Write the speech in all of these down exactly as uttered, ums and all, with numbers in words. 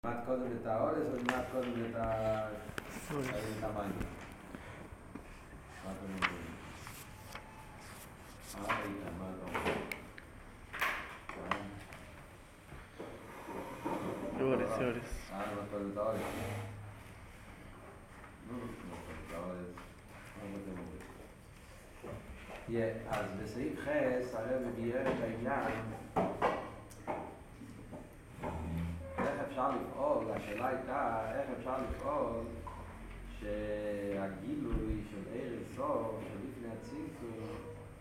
נלמד קודם את האורס או נלמד קודם את המים? מה אתם אומרים? אה, איתן, מה אתה אומר? אורס, אורס. אה, נלמד קודם את האורס? נו, נלמד קודם את האורס. מה אתם אומרים? אז בסעיף חס, הרב ביאר את העניין איך אפשר לפעול, השאלה הייתה איך אפשר לפעול שהגילוי של עיר סוף, שלפני הצמצום,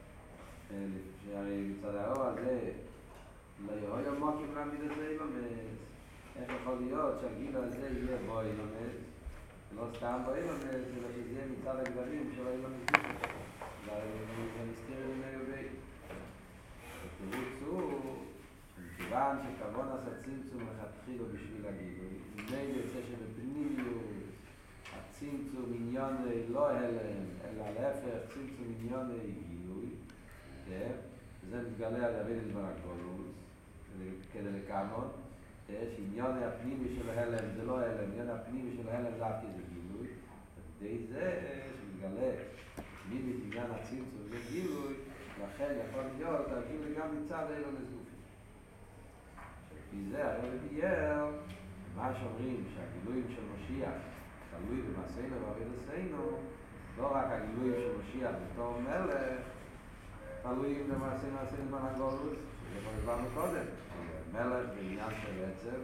שהרי מצד האור הזה לא יהיו מוקים להעמיד את זה אילומס, איך יכול להיות שהגילוי הזה יהיה בו אילומס, לא סתם בו אילומס, אלא שזה יהיה מצד הגדלים של האילומס גיסו, ונסתיר למי יובי. התירוץ הוא מכיוון שכוון עשה צמצום לכתחילו בשביל הגילוי, ממילא יוצא שבפנימיות הצמצום עניוני לא הלם, אלא להפך צמצום עניוני גילוי, וזה מתגלה על ידי דבר הגולוס, כדי לקמון, שעניוני הפנימי של ההלם זה לא הלם, עניוני הפנימי של ההלם זה אף כזה גילוי, ודי זה שמתגלה פנימית עניין הצמצום זה גילוי, לכן יכול להיות הגילוי גם מצד אילון לזגופי. לפי זה הרב ביאר, מה שאומרים שהגילויים של משיח תלוי במעשינו ועבודתנו, לא רק הגילויים של משיח בתור מלך, תלויים במעשי מעשינו בזמן הגלות, שזה כבר דיברנו קודם. מלך בעניין של עצם,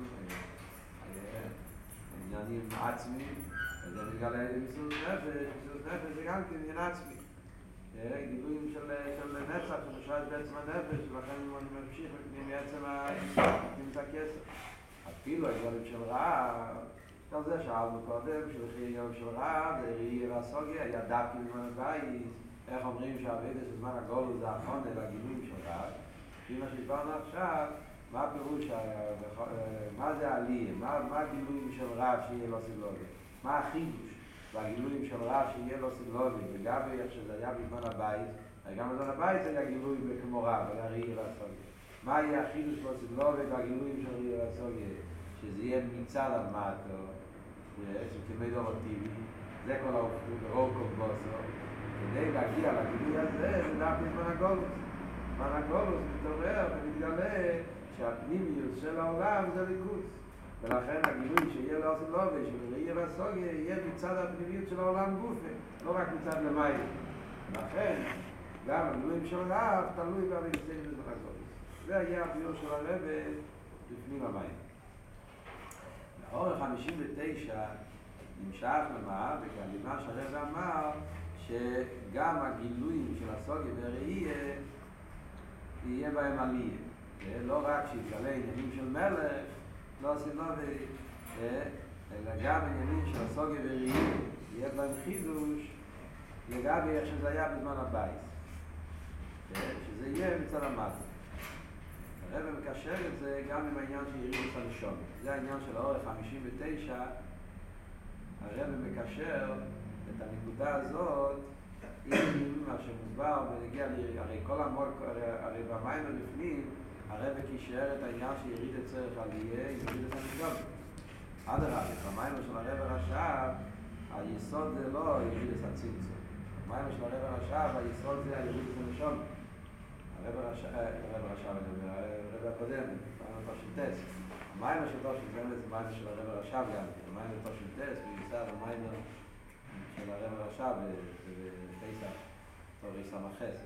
עניינים עצמיים, וזה מתגלה על מסירות נפש, מסירות נפש זה גם כעניין עצמי. גילויים של נצח שמשרה את בעצם הנפש, ולכן אני ממשיך מעצם נמצא כסף. אפילו הגילויים של רעה, על זה שאלנו קודם, שלכי יום של רעה, זה ראי רסוגיה, היה דווקא בזמן הבית, איך אומרים שהעבודה של זמן הגולוס זה האחרון אל הגילויים של רעה. לפי מה שדיברנו עכשיו, מה הפירוש, מה זה העלייה, מה הגילויים של רעה שיהיה לו סגלובי, מה החידוש והגילויים של רעה שיהיה לו סגלובי, וגם איך שזה היה בזמן הבית, גם בזמן הבית היה גילוי כמו רעה, אבל היה ראי רסוגיה. מה יהיה החידוש של סגלובי והגילויים של ראי רסוגיה? שזה יהיה מצד המטו, כמי דורטיבי, זה כל הרוקוב בוסו, כדי להגיע לגילוי הזה, זה דווקא בזמן הגולוס. בזמן הגולוס מתעורר ומתגלה שהפנימיות של העולם זה ליכוס. ולכן הגילוי שיהיה לאוסם לובי, שבראי רסוגיה, יהיה מצד הפנימיות של העולם גופה, לא רק מצד למעלה. לכן, גם הגילויים של הרב תלוי בעבודתנו בזמן הגולוס. זה היה הביור של הרב לפנים המים. האור חמישים ותשע נמשך למה, וכאלימה שהרב אמר שגם הגילויים של הסוגיה והראייה יהיה בהם עלייה. לא רק שיתגלה עניינים של מלך, לא עושים לו, אלא גם עניינים של הסוגיה והראייה יהיה בהם חידוש לגבי איך שזה היה בזמן הבית. שזה יהיה מצד המטה. הרב מקשר את זה גם עם העניין של יריד את הנשום. זה העניין של האור חמישים ותשע. הרב מקשר את הנקודה הזאת עם מה שמוסבר ונגיע ליריד. הרי כל המור, הרי במים ולפנים, הרב קישר את העניין של יריד את צריך עלייה עם יריד את הנשום. עד הרב, במים של הרב הרשב, היסוד זה לא יריד את הצמצום. במים של הרב הרשב, היסוד זה יריד את הנשום. הרב הרשב, הרב הקודם, הרב השלטס. המים השלטו של זה זה מים של הרב הרשב גם. המים השלטו של טס, ויסר המים של הרב הרשב בפסח, תורי סמכס.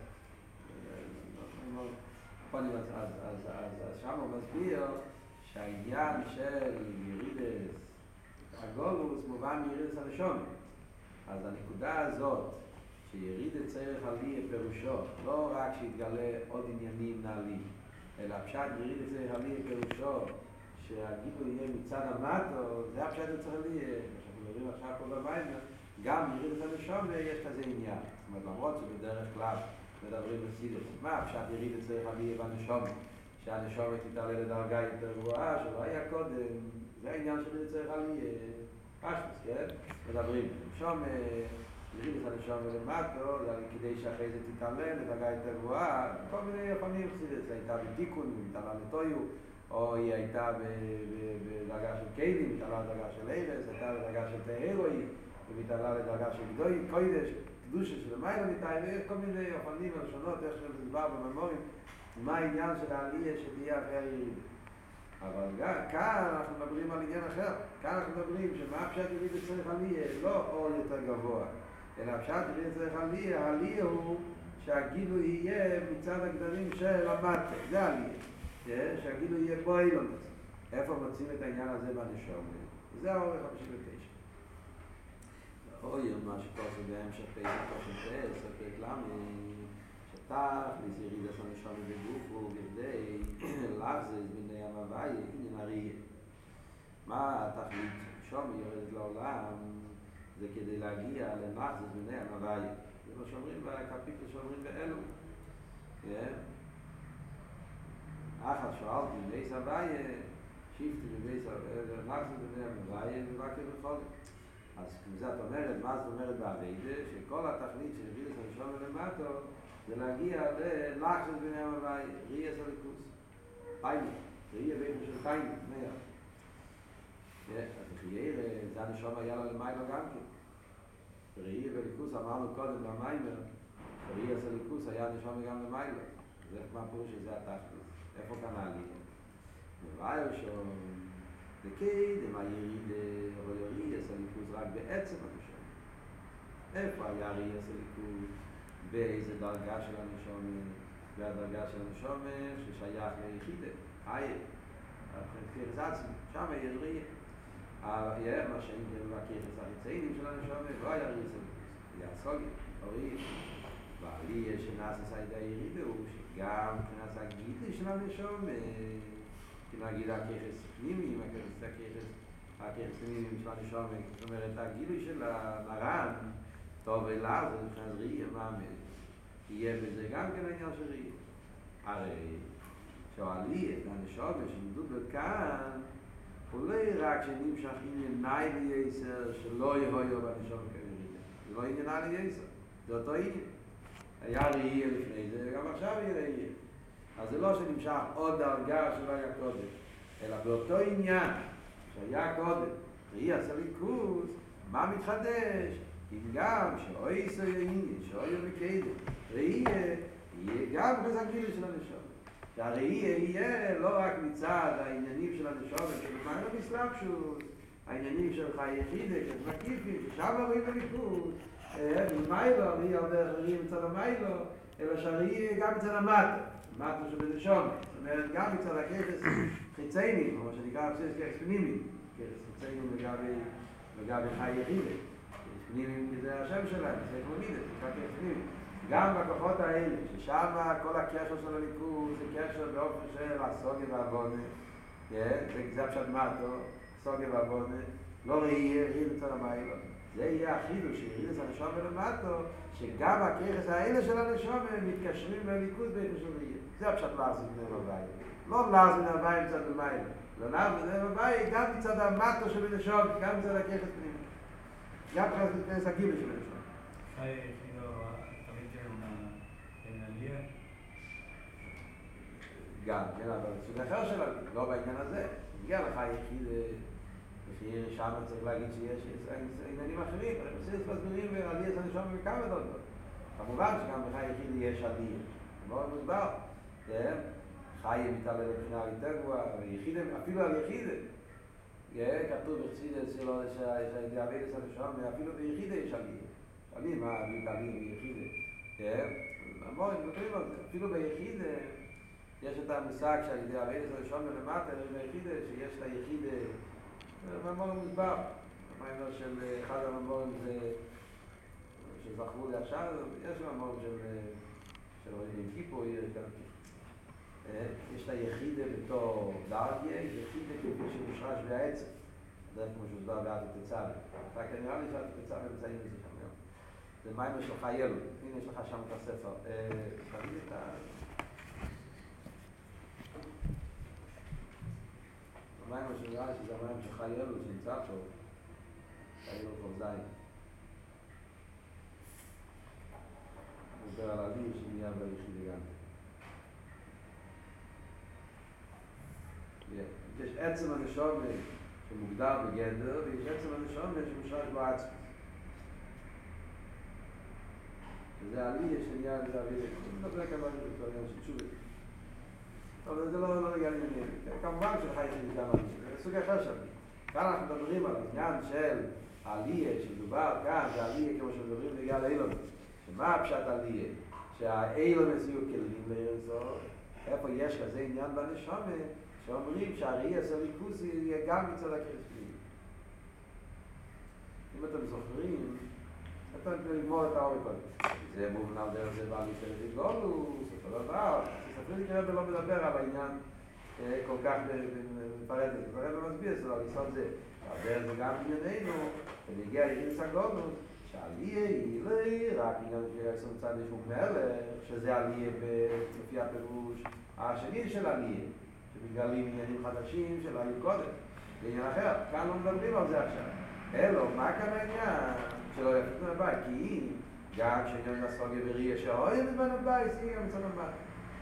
אז שם הוא מסביר שהעניין של ירידס הגולוס מובן מירידס הנשום. אז הנקודה הזאת שיריד את צריך עלי פירושו, לא רק שיתגלה עוד עניינים נעלים, אלא פשט יריד את צריך עלי פירושו, שהגיבו יהיה מצד המטו, זה הפשט את צריך עלי, אנחנו מדברים עכשיו פה במים, גם יריד את הנשום יש כזה עניין. זאת אומרת, למרות שבדרך כלל מדברים בסידס, מה פשט יריד את צריך עלי בנשום, שהנשום תתעלה לדרגה יותר גבוהה, שלא היה קודם, זה העניין של יריד צריך עלי, פשטוס, כן? מדברים, נשום יריד את הנשום ולמטו, כדי שאחרי זה תתעלה לדרגה יותר גבוהה, כל מיני יפנים חסידס, הייתה בתיקון, מתעלה לטויו, או היא הייתה בדרגה של קיילים, התעלה לדרגה של ארץ, הייתה בדרגה של תהרוי, והתעלה לדרגה של גדוי, קוידש, קדושה של מיילה ניתאי, וכל מיני אופנים ושונות, איך שזה מסבר בממורים, מה העניין של העלייה שתהיה אחרי הירידה. אבל גם כאן אנחנו מדברים על עניין אחר. כאן אנחנו מדברים שמה הפשט יריד צריך עלייה, לא אור יותר גבוה, אלא הפשט יריד צריך עלייה, העלייה הוא שהגילוי יהיה מצד הגדרים של המטה, זה עלייה, שהגילוי יהיה בו אילונס. איפה מוצאים את העניין הזה בנשום? זה האורך חמישים ותשע. אוי, מה שכוסו בהמשך פייס תושן פייס, פייק למי, שטח, ליזיריד את הנשום בגופו, כדי להחזז בני המוואי, עניין הראייה. מה התכלית? שומי יורדת לעולם, זה כדי להגיע למחזז בני המוואי. זה מה שאומרים בקפיטל שאומרים באלו. אחת שאלתי, בייס הוואי, שיפטי בבייס הוואי, מחזז בני המוואי, ובקר בכל. אז כמו את אומרת, מה זאת אומרת בעבידה? שכל התכלית של ריאס הנשום למטו זה להגיע ללחזז בני המוואי, ריאס הליכוס. טיימי, ראייה ואיפה של טיימי, מאה. אז חייר, זה הנשום היה לו למיילו גם כן. ראייה וליכוס אמרנו קודם במיימר, ראייה הליכוס היה נשום גם למיילו. זה מה פירוש שזה התכלית. איפה כאן העלייה? מבאי ראשון, וכי דמה ירידה, אבל ראייה הליכוס רק בעצם הנשום. איפה היה ראייה הליכוס? באיזה דרגה של הנשום? והדרגה של הנשום ששייך ליחידה, חיה, הבחירת עצמי, שם יש ראייה. היה מה שאין כאילו הכיחס החיציינים של הנשום, לא היה ראייה סליכוס, היה סוגיה, או ראייה. והעלייה שנעשה על ידי הירידה הוא שגם כנעשה הגידה של הנשום, כנגיד הכיחס פנימי, הכיחס פנימי של הנשום, זאת אומרת, הגילוי של המרן, טוב אליו, זה נכנס ראייה מאמין. יהיה בזה גם כן העניין של ראייה. הרי שהעלייה, הנשום שמדובר כאן, הוא לא רק שנמשך ענייני לייסר שלא יהיו בנשום כנראה. זה לא ענייני לייסר, זה אותו עניין. היה ראייה לפני זה, וגם עכשיו יהיה ראייה. אז זה לא שנמשך עוד דרגה שלא היה קודם, אלא באותו עניין שהיה קודם, ראייה סליכוס, מה מתחדש? אם גם שאוי יסו יעניין, שאוי ימקדם, ראייה יהיה גם חזק גילוי של הנשום. שהראייה יהיה לא רק מצד העניינים של הנשום, שמעלה בסלאפשות, העניינים של חיי יחידה, כמקיפים, ששם רואים בליכוד, ממיילו, ראייה על דרך ראייה מצד המיילו, אלא שהראייה גם מצד המטה, מטה שבנשום. זאת אומרת, גם מצד הכיחס חיציינים, או מה שנקרא כיחס פנימי, כיחס חיציינים לגבי חיי יחידה. פנימיים זה השם שלהם, זה פנימיים, זה נקרא כיחס פנימי. גם בכוחות האלה, ששם כל הקשר של הליכוד זה קשר באופן של הסוגיה והבונה, זה פשט מטו, סוגיה והבונה, לא ראייה, ראייה בצד המיילו. זה יהיה החידוש שיריד את הנשום ולמטו, שגם הכיחס האלה של הנשום מתקשרים לליכוד באיפה של ראייה. זה הפשט לעזור בני מבית. לא לעזור בני מבית מצד המיילו, לא לעזור בני מבית גם מצד המטו של הנשום, גם מצד הכיחס פנימי. גם כנס הגילוי של הנשום. חי יחידו, תמיד אין עלייה? גם, כן, אבל סוג אחר שלה, לא בעניין הזה. נגיע לך יחיד, לפי שם צריך להגיד שיש עניינים אחרים, אבל בסדר מסבירים ועלייה את הנשום בכמה דרגות. כמובן שגם בחי יחיד יש עלייה. מאוד מוסבר, כן? חי מתעלה לבחינה יותר גבוהה, אפילו על יחיד. כתוב בחסידות שלו שהידיעה בעצם הנשום, אפילו ביחידה יש עלייה. עלייה, מה עלייה ביחידה? המון, מדברים על זה. אפילו ביחידה יש את המושג שהידיעה בעצם הנשום למטה, ביחידה שיש את היחידה, המון מוסבר. המיימר של אחד הממורים שזכרו לי עכשיו, יש הממור של רואים קיפו, יש את היחידה בתור דרגיה, יחידה כפי שמושרש בעצם. זה כמו שהוסבר בעד התצאווה. רק נראה לי שאת התצאווה נמצאים בזה שם היום. זה מיימר של חיילו. הנה יש לך שם את הספר. תגיד את ה... המיימר שנראה לי שזה המיימר של חיילו שנמצא פה. חיילו כל זין. הוא מדבר על עלי שנהיה ביחידה גם. יש עצם הנשום שמוגדר בגדר, ויש עצם הנשום שמושרש בו עצמי. וזה עלייה שנהיה לזה אוויר. אני מדבר כמובן בתור עניין של תשובה. אבל זה לא נגיע לעניינים. כמובן שחי שלי כמה עלייה. זה סוג אחר שם. כאן אנחנו מדברים על העניין של העלייה שמדובר כאן, זה עלייה כמו שמדברים בגלל האילון. שמה הפשט עלייה? שהאילון יהיו כלים לארזו, איפה יש כזה עניין בנשמה, שאומרים שהראי הסליקוס יהיה גם מצד הכרס פנימי. אם אתם זוכרים, אתם נגמור את האור קודם. זה מובן על דרך זה בעל יתר גולוס, אותו דבר. ספרי לי כרגע לא מדבר על העניין כל כך מפרדת. מפרדת ומסביר, זה על יסוד זה. הדרך זה גם ענייננו, ונגיע ליריס הגולוס, שעליה היא לא רק עניין של מצד ישמוק מלך, שזה עליה לפי הפירוש השני של עליה, שמגלים עניינים חדשים של היו קודם. זה עניין אחר, כאן לא מדברים על זה עכשיו. אלו, מה כאן העניין? שלא יפית מהבית, כי גם שעניין לסוגיה וראיה שהאוהב מבן הבית, זה גם מצד הבית.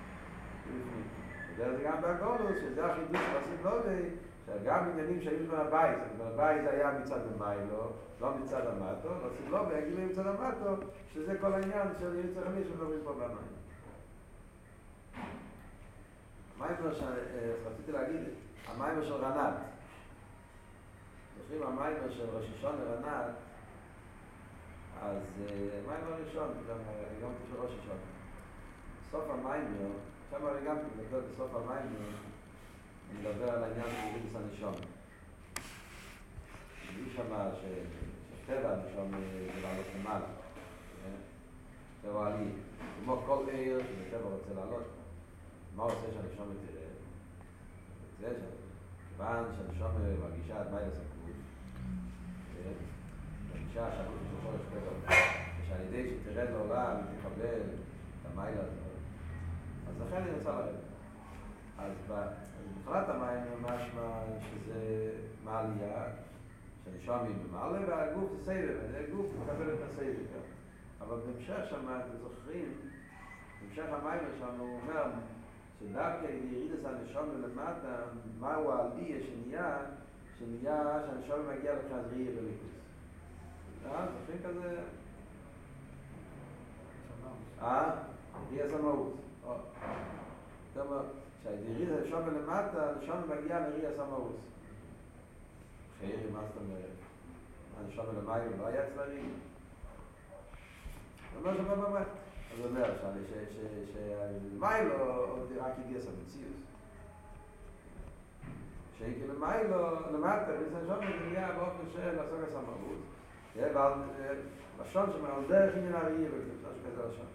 זה גם בהגולוס, שזה החידוש של הסביב לובי, שגם עניינים שהיו מבן הבית, מבן הבית זה היה מצד המיילו, לא מצד המטו, הסביב לובי יגידו מצד המטו, שזה כל העניין של יצר חמי שמדברים פה במים. המיימר שרציתי להגיד, המיימר של רנת. זוכרים המיימר של ראש השון לרנת, אז המיימר הראשון, גם של ראש השון. בסוף המיימר, שם הרי גם מדבר בסוף המיימר, אני מדבר על העניין של יריס הנשום. יש שם שטבע הנשום זה לעלות למעלה. טבע עלי. כמו כל עיר שטבע רוצה לעלות. מה עושה שהנשום תראה? זה כיוון שהנשום מרגישה את מיילה סקות, מרגישה שהנשום של שורש טבע, ושעל ידי שתרד לעולם היא תקבל את המיילה הזאת, אז לכן אני רוצה לרדת. אז בתחילת המים משמע שזה מעלייה, שהנשום היא במעלה, והגוף זה סבב, הגוף מקבל את הסבב. אבל בהמשך שם, אתם זוכרים, בהמשך המים שם הוא אומר, שדווקא ירידס הנשום למטה, מהו העלייה שנהיה, שנהיה שהנשום מגיע לבחינת ראייה וליכוס. אה? זוכרים כזה? אה? ראייה סמאות. זאת אומרת, כשהירידס הנשום למטה, הנשום מגיע לראייה סמאות. חיירי, מה זאת אומרת? הנשום למטה לא היה אצל הראייה. זאת אומרת, מה מה מה? אז הוא אומר שמיילו רק הגיע סמציוס. שאין כאילו מיילו למטה, וזה שם מגיע באופן של לעסוק הסמאות. ועל לשון שמעל דרך עניין הראייה, וכתוב שכזה לשון.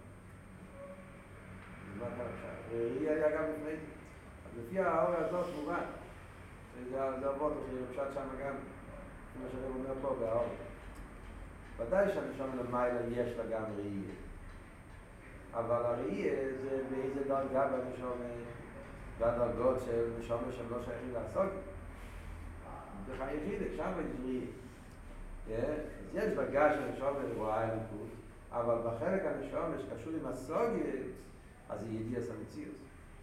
מה כאן עכשיו? ראייה היה גם לפני זה. אז לפי האור הזאת מובן. זה אבות, שפשט שם גם, כמו שאני אומר פה, באור. ודאי שהנשום למעלה יש לה גם ראייה. אבל הראייה זה באיזה דרגה בנשום, והדרגות של נשום שהם לא שייכים לעסוק. זה חי יחידה, שם יש ראייה. אז יש דרגה של נשום רואה אלוקות, אבל בחלק הנשום שקשור עם הסוגיה, אז היא ידיעה סמציוס.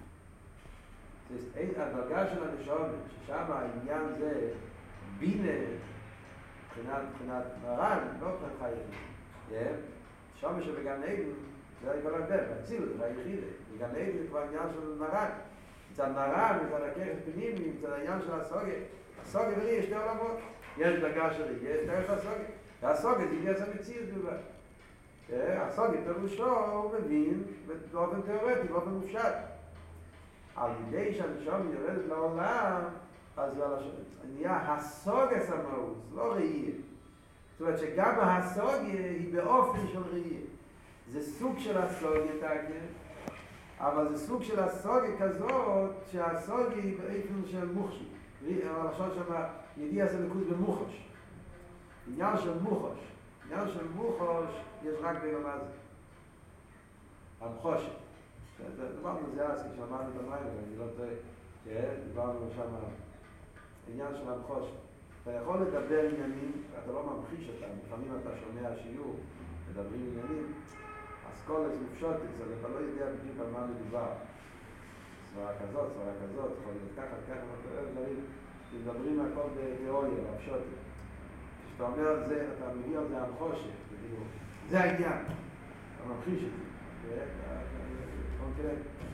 הדרגה של הנשום, ששם העניין זה בינה, מבחינת מרן, לא מבחינת חי יחידה. שומש שבגן עדן, זה היה כל הרבה, בציל, זה היחידה. בגן עדן זה כבר עניין של מרן. מצד מרן, מצד הכרס פנימי, מצד העניין של הסוגיה. הסוגיה וראייה יש שתי עולמות. יש דרגה של ראייה, יש דרגה של הסוגיה. והסוגיה זה ידיעה סמציוס בלבד. הסוגיה פירושו הוא מבין באופן תיאורטי, באופן מופשט. על ידי שהנשום יורדת לעולם, אז נהיה הסוגיה סמאות, לא ראייה. זאת אומרת שגם הסוגיה היא באופן של ראייה. זה סוג של הסוגיה תקן, אבל זה סוג של הסוגיה כזאת שהסוגיה היא באופן של מוחשי. הלשון שם ידיעה זה נקוד במוחש. עניין של מוחש. עניין של מוחש יש רק בעולם הזה. המחושת. דיברנו על זה אז כשאמרנו את המים, אני לא טועה, דיברנו שם עניין של המחושת. אתה יכול לדבר עניינים, אתה לא ממחיש אותם, לפעמים אתה שומע שיעור, מדברים עניינים, אז כל איזה מפשוט, אתה לא יודע בדיוק על מה מדובר. סברה כזאת, סברה כזאת, יכול להיות ככה, ככה, דברים, מדברים הכל בתיאוריה, בפשוטים. כשאתה אומר את זה, אתה מביא על זה המחושת, זה העניין, אתה ממחיש את זה, קונקרט,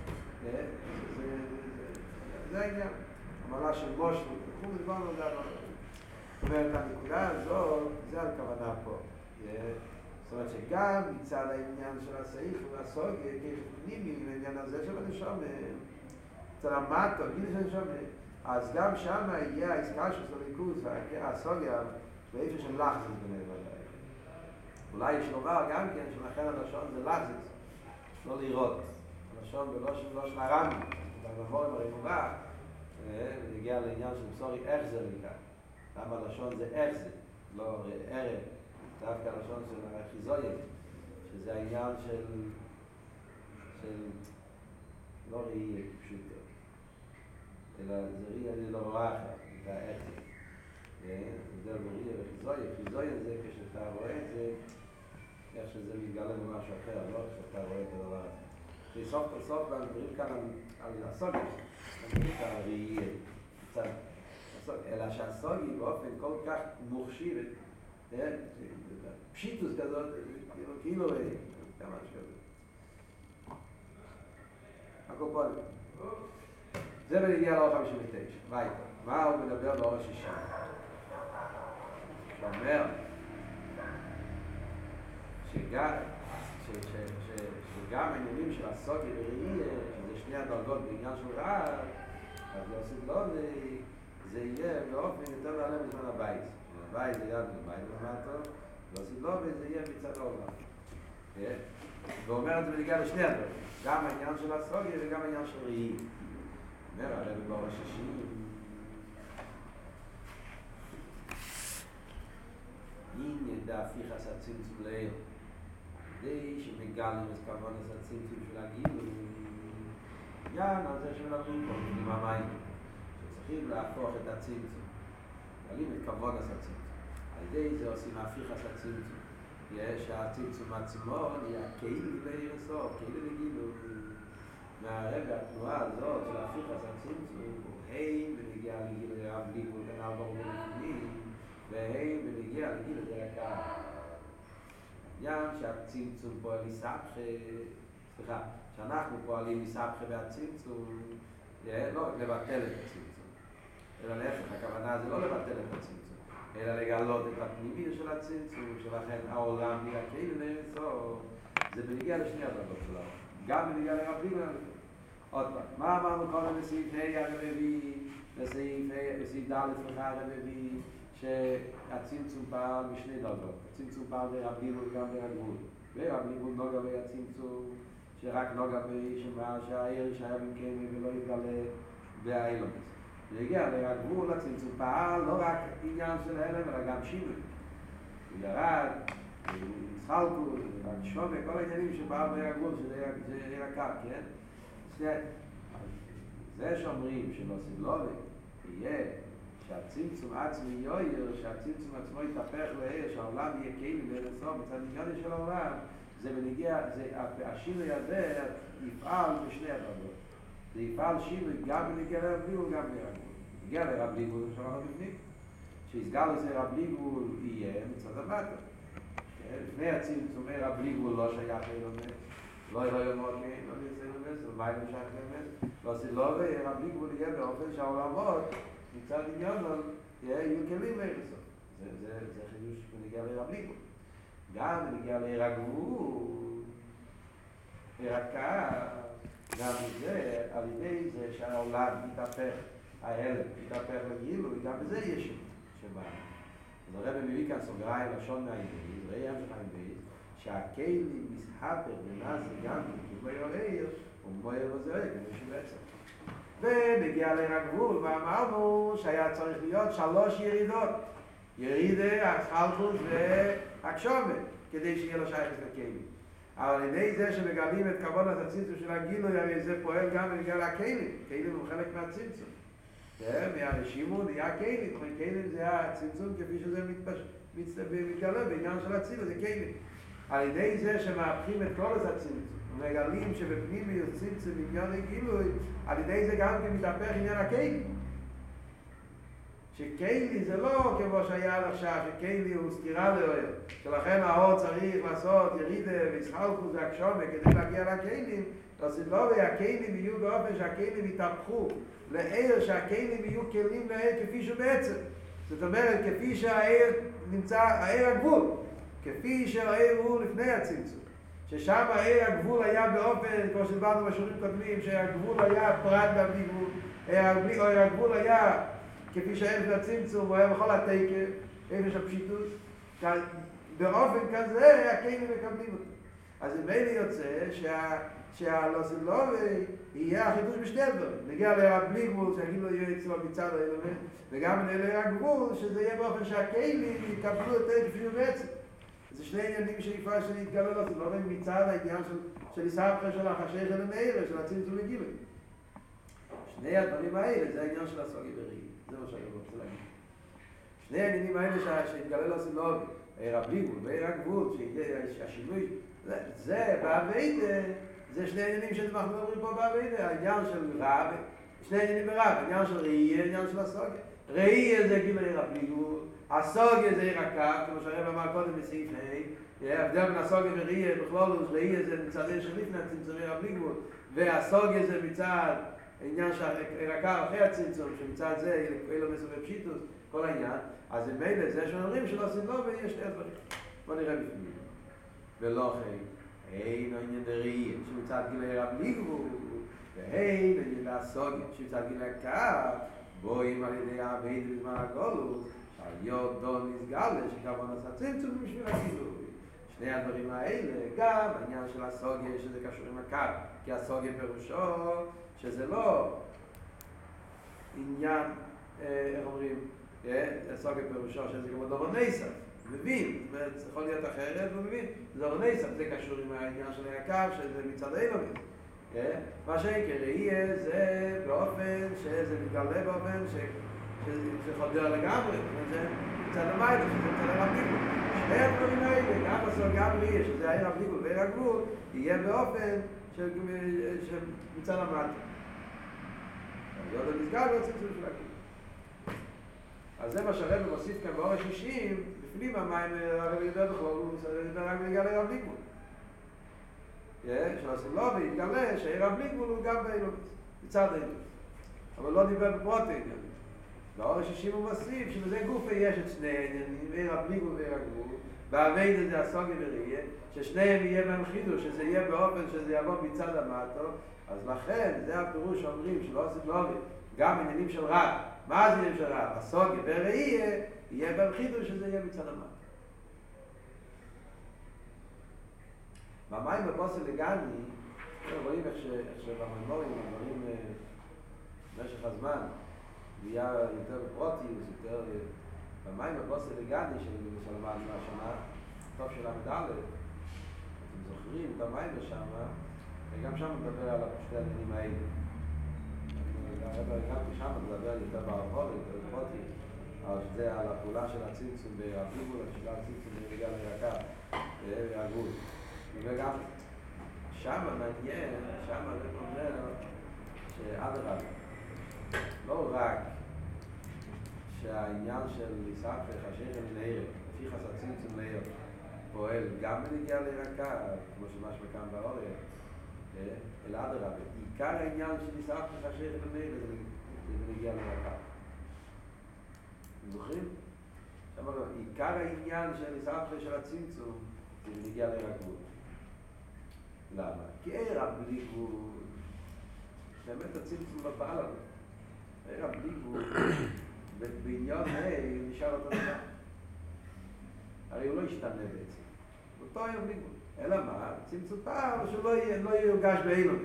זה העניין, המעלה של מושל, תחום לדברנו על זה, זאת אומרת, הנקודה הזאת, זה על כוונה פה. זאת אומרת שגם מצד העניין של הסעיף והסוגיה, כפנימי לעניין הזה של הנשום, אצל המטו, גיל של הנשום, אז גם שם יהיה העסקה של סוליקוס, הסוגיה, באיפה של לחזס ביניהם עדיין. אולי יש לומר גם כן שלכן הלשון זה לחזס, לא לראות. הלשון בלושן לא של הרמי, במבורים הרי מובא, ונגיע לעניין של בסורי איך זה נקרא. למה הלשון זה איך זה, לא ערב. דווקא הלשון של החיזויים, שזה העניין של, של לא ראייה פשוטו, אלא זה ראייה אני לא רואה אחר, זה איך זה. זה ראייה וחיזויים, חיזויים זה כשאתה רואה את זה, איך שזה מתגלה במשהו אחר, לא כשאתה רואה את הדבר הזה. בסוף בסוף מדברים כאן על הסוגיה, מדברים כאן על ראייה, אלא שהסוגיה באופן כל כך מוחשיבת, פשיטוס כזאת, כאילו, כמה שכזה. הקופון. זה בנגיע לאור חמישים ותשע. ביי. מה הוא מדבר באור השישה? שאומר שגם, שגם העניינים של הסוגיה וראייה, שזה שני הדרגות בעניין של רעב, אז יוסיף לו, זה יהיה באופן יותר נעלה בזמן הבית. הבית זה יד לבית למטה, ועושים לו וזה יהיה מצד העולם. ואומר את זה בנגיע לשני הדברים, גם העניין של הסוגיה וגם העניין של ראי. אומר הרב באור השישי, אם ידע הפיכס הצמצום לעיר, כדי שמגלים את כוונס הצמצום של הגילוי, יען על זה שמלמדים פה עם המים, שצריכים להפוך את הצמצום. מגלים את כוונס הצמצום. על ידי זה עושים הפיכס הצמצום. יש הצמצום עצמו, יהיה כאילו לעיר הסוף, כאילו לגילוי. מהרגע התנועה הזאת של הפיכס הצמצום, הוא הים ונגיע לגילוי רב ליגול בין ארבע ומלפנים, והים ונגיע לגילוי הקהל. העניין שהצמצום פועל מסבכה, סליחה, שאנחנו פועלים מסבכה והצמצום, לא לבטל את הצמצום, אלא להפך, הכוונה זה לא לבטל את הצמצום, אלא לגלות את הפנימי של הצמצום, שלכן העולם נראה כאילו לאינסוף, זה בנגיע לשני הדרגות שלנו, גם בנגיע לרבים לנו. עוד פעם, מה אמרנו קודם בסעיף ה' הרבבי, בסעיף ד' סליחה הרבבי, שהצמצום פעל משני דרגות. הצמצום פעל ברב ליגול גם ברב גבול. ורב ליגול נוגע והצמצום שרק נוגע בשמה שהעיר שהיה במקיימי ולא יתגלה באילומס. והגיע לרב גבול, הצמצום פעל לא רק עניין של הלם, אלא גם שינוי. הוא ירד, נסחלקו, רק שומע, כל העניינים שפעל ברב גבול, שזה עיר הקר, כן? זה שאומרים שלא סבלובי, יהיה שהצמצום עצמי יויר, שהצמצום עצמו יתהפך לעיר, שהעולם יהיה כאילו לרסום, מצד ענייני של העולם, זה בנגיע, השינוי הזה יפעל בשני הדרגות. זה יפעל שינוי גם בנגיע לרב ליגול וגם לרב גבול. נגיע לרב ליגול, שאמרנו בפנים, שיסגל לזה רב ליגול יהיה מצד המטה. לפני הצמצום רב ליגול לא שייך לאילומס, לא יהיה יומות כן, לא נעשה אילומס, אבל מה יהיה שייך לאילומס? לא עושה לא ורב ליגול יהיה באופן שהעולמות מצד עניון יהיו כלים לאירסוף. זה חידוש בנגיע לרב ליגול. גם בנגיע לעיר הגבול, עיר הקהל, גם זה, על ידי זה שהעולם יתהפך, ההלם יתהפך לגילוי, גם בזה יש שבא. אז הרב מביא כאן סוגריים לשון מהעברית, ראי המשך העברית, שהכלים מסהפר ונעשה גם כמו עיר, ומויר וזרק, כמו שבעצם. ונגיע לעיר הגבול, ואמרנו שהיה צריך להיות שלוש ירידות. ירידה, החלפוס והקשומת, כדי שיהיה לו שייכת לכלים. אבל ידי זה שמגלים את כוונת הצמצום של הגילוי, הרי זה פועל גם בנגיע לכלים. כלים הוא חלק מהצמצום. מהרשימו נהיה כלים, כלים זה הצמצום כפי שזה מתגלה בעניין של הצמצום, זה כלים. על ידי זה שמהפכים את כל הצמצום, ומגלים שבפנימיות צמצום עניין גילוי, על ידי זה גם כן מתהפך עניין הכלי. שכלי זה לא כמו שהיה עד עכשיו, שכלי הוא סתירה לאור, שלכן האור צריך לעשות ירידה וישחלקות והקשומה כדי להגיע לכלים, אז לא והכלים יהיו באופן שהכלים יתהפכו לעיר, שהכלים יהיו כלים לעיר כפי שבעצם. זאת אומרת, כפי שהעיר נמצא, העיר הגבול, כפי שהעיר הוא לפני הצמצום. ששם העיר הגבול היה באופן, כמו שדיברנו בשיעורים קודמים, שהגבול היה פרט בלי גבול, או הגבול היה כפי שהעיר לפני הצמצום, הוא היה בכל התקף, איפה הפשיטות, באופן כזה הכלים מקבלים אותו. אז אם אין לי יוצא שה... שהלוסילובי יהיה החידוש בשתי הדברים. נגיע לעיר בלי גבול, שהגיד לו יהיה אצלו מצד האלמנט, וגם לעיר הגבול, שזה יהיה באופן שהכלים יקבלו יותר כפי ובעצם. זה שני עניינים שאיפה שנתגלה לוסילובי מצד העניין של, של ישחק של החשש של המאיר, של הצמצום לגילוי. שני הדברים האלה, זה העניין של הסוגי בראי. זה מה שאני רוצה להגיד. שני העניינים האלה שהתגלה לוסילובי, עיר בלי גבול ועיר הגבול, שיהיה השינוי, זה, זה בעבידה, זה שני עניינים שאנחנו מדברים פה בעבידה, העניין של רב, שני עניינים ברב, העניין של ראייה, העניין של הסוגיה. ראייה זה גיל העיר בלי גבול, הסוגיה זה עיר הקו, כמו שהרב אמר קודם בסעיף ה', ההבדל בין הסוגיה וראייה, בכלול ראייה זה מצד עיר שלפני הצמצום עיר בלי גבול, והסוגיה זה מצד העניין של עיר הקו אחרי הצמצום, שמצד זה אלו מסובב פשיטוס, כל העניין, אז אם מילא זה שאומרים שלא עושים לו ויש שני הדברים. בוא נראה בפנים. ולא אחרי, אין עניין דראייה, שמצד גיל העיר בלי גבול, ואין עניין הסוגיה, שמצד גיל הקו, בואים על ידי העבד בזמן הגולות, שהיות דון נסגל, שכמובן עשה צמצום בשביל הגילוי. שני הדברים האלה, גם העניין של הסוגיה, שזה קשור עם הקו, כי הסוגיה פירושו, שזה לא עניין, איך אומרים, הסוגיה פירושו, שזה כמו דובר נסף, מבין, זאת אומרת, זה יכול להיות אחרת, הוא מבין, דובר נסף, זה קשור עם העניין של הקו, שזה מצד האלוהים. מה שיקראי זה באופן שזה מתגלה באופן שזה חודר לגמרי, זה מצד המיילה, שזה מצד הרבניקות. שני הדברים האלה, גם בסוף גם ראייה, שזה העיר הרבניקות ועיר הגבול, יהיה באופן שמצד המטה. זה עוד המסגר לא צמצום של הכיוון. אז זה מה שהרב מוסיף כאן באור השישים, בפנים המים הרב ידבר בכלל, הוא ידבר רק בגלל העיר הרבניקות. שעושים לו והתגלה שהעיר הבלי גבול הוא גם באלוהים, מצד האלוהים. אבל לא דיבר בפרוט העניין. באור השישים הוא מוסיף שבזה גופה יש את שני העניינים, עיר הבלי גבול ועיר הגבול, והעבד זה הסוגיה וראייה, ששניהם יהיה בהם חידוש, שזה יהיה באופן שזה יבוא מצד המטו, אז לכן זה הפירוש שאומרים שלא עושים לו, גם עניינים של רב. מה זה עניינים של רב? הסוגיה וראייה יהיה בהם חידוש שזה יהיה מצד המטו. במים בפוסל לגני, רואים איך שבמנמורים, הדברים במשך הזמן, נהיה יותר פרוטיוס, יותר... במים בפוסל לגני של למדנו השנה, טוב של המדלת, אתם זוכרים את המים לשם, וגם שם מדבר על שתי העניינים האלה. גם שם מדבר יותר בערבות, יותר פרוטיוס, אבל זה על הפעולה של הצמצום והגבול, של הצמצום בגלל הירקה והגבול. וגם שם מעניין, שם אני אומר שעד הרב, לא רק שהעניין של ליסף וחשש ולעיר, לפי חסר צמצום לעיר, פועל גם בנגיע לירקה, כמו שמשמע כאן באוריה, אלא עד הרב, עיקר העניין של ליסף וחשש ולעיר זה בנגיע לירקה. אתם זוכרים? עיקר העניין של ליסף ושל הצמצום זה בנגיע לירקות. למה? כי עיר הבלי גבול, באמת הצמצום לא פעל עליו. עיר הבלי גבול, בעניין ה' נשאר אותו דבר. הרי הוא לא ישתנה בעצם. אותו עיר בלי גבול. אלא מה? צמצום פעל שלא יורגש באילון.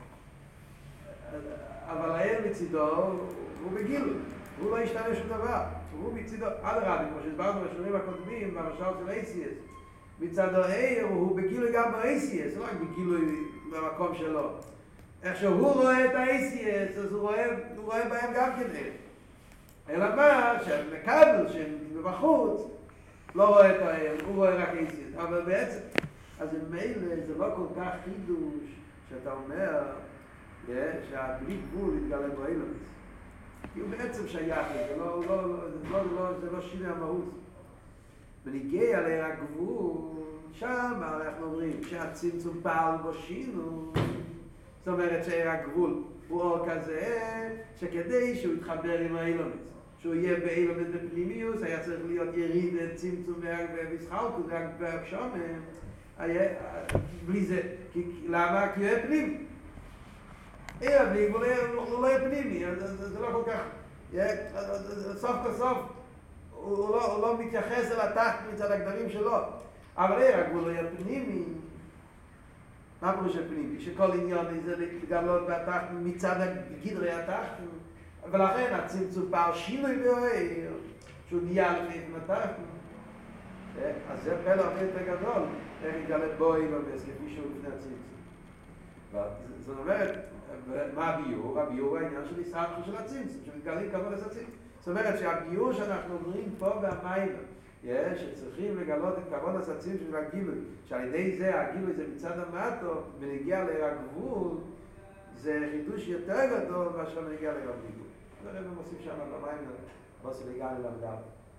אבל העיר מצידו הוא בגילוי. הוא לא ישתנה שום דבר. הוא מצידו, עד הרבי, כמו שהסברנו בשיעורים הקודמים, במשל של אייסיאס, מצד העיר הוא בגילוי גם ב-אייסיאס, לא רק בגילוי במקום שלו. איך שהוא רואה את ה-אייסיאס, אז הוא רואה, הוא רואה בהם גם כדי. אלא מה? שהמקבל שבחוץ לא רואה את העיר, הוא רואה רק אייסיאס. אבל בעצם, אז מילא זה לא כל כך חידוש שאתה אומר שהבלי גבול יתגלה בו אילומס. כי הוא בעצם שייך, זה לא, לא, לא, לא, לא, זה לא שינוי המהות. ונגיע לעיר הגבול, שם אנחנו אומרים שהצמצום פעל בו שינוי. זאת אומרת שעיר הגבול הוא אור כזה שכדי שהוא יתחבר עם האילומס, שהוא יהיה באילומס בפנימיוס, היה צריך להיות יריד צמצום וסחלקות, רק בשומם, בלי זה. למה? כי הוא יהיה פנימי. עיר הגבול הוא לא יהיה פנימי, זה לא כל כך, סוף כסוף הוא לא מתייחס אל התחת מצד הגדרים שלו, אבל עיר הגבול לא יהיה פנימי. מה פירוש הפנימי? שכל עניין זה לגלות בתחת מצד גדרי התחת, ולכן הצמצום פעל שינוי בעיר, שהוא נהיה לפני התחת. אז זה פלא הרבה יותר גדול, איך יגלה בו אילומס כפי שהוא לפני הצמצום. זאת אומרת, מה הביור? הביור הוא העניין של הישרדות של הצמצום, שמתגלים כמובן לצמצום. זאת אומרת שהביור שאנחנו אומרים פה במיילה, שצריכים לגלות את כבוד הסצים של הגילוי, שעל ידי זה הגילוי זה מצד המטו ונגיע לעיר הגבול, זה חידוש יותר גדול מאשר נגיע לעיר הגבול. זה הרב מוסיף שם במים, ועושה לגל למדל.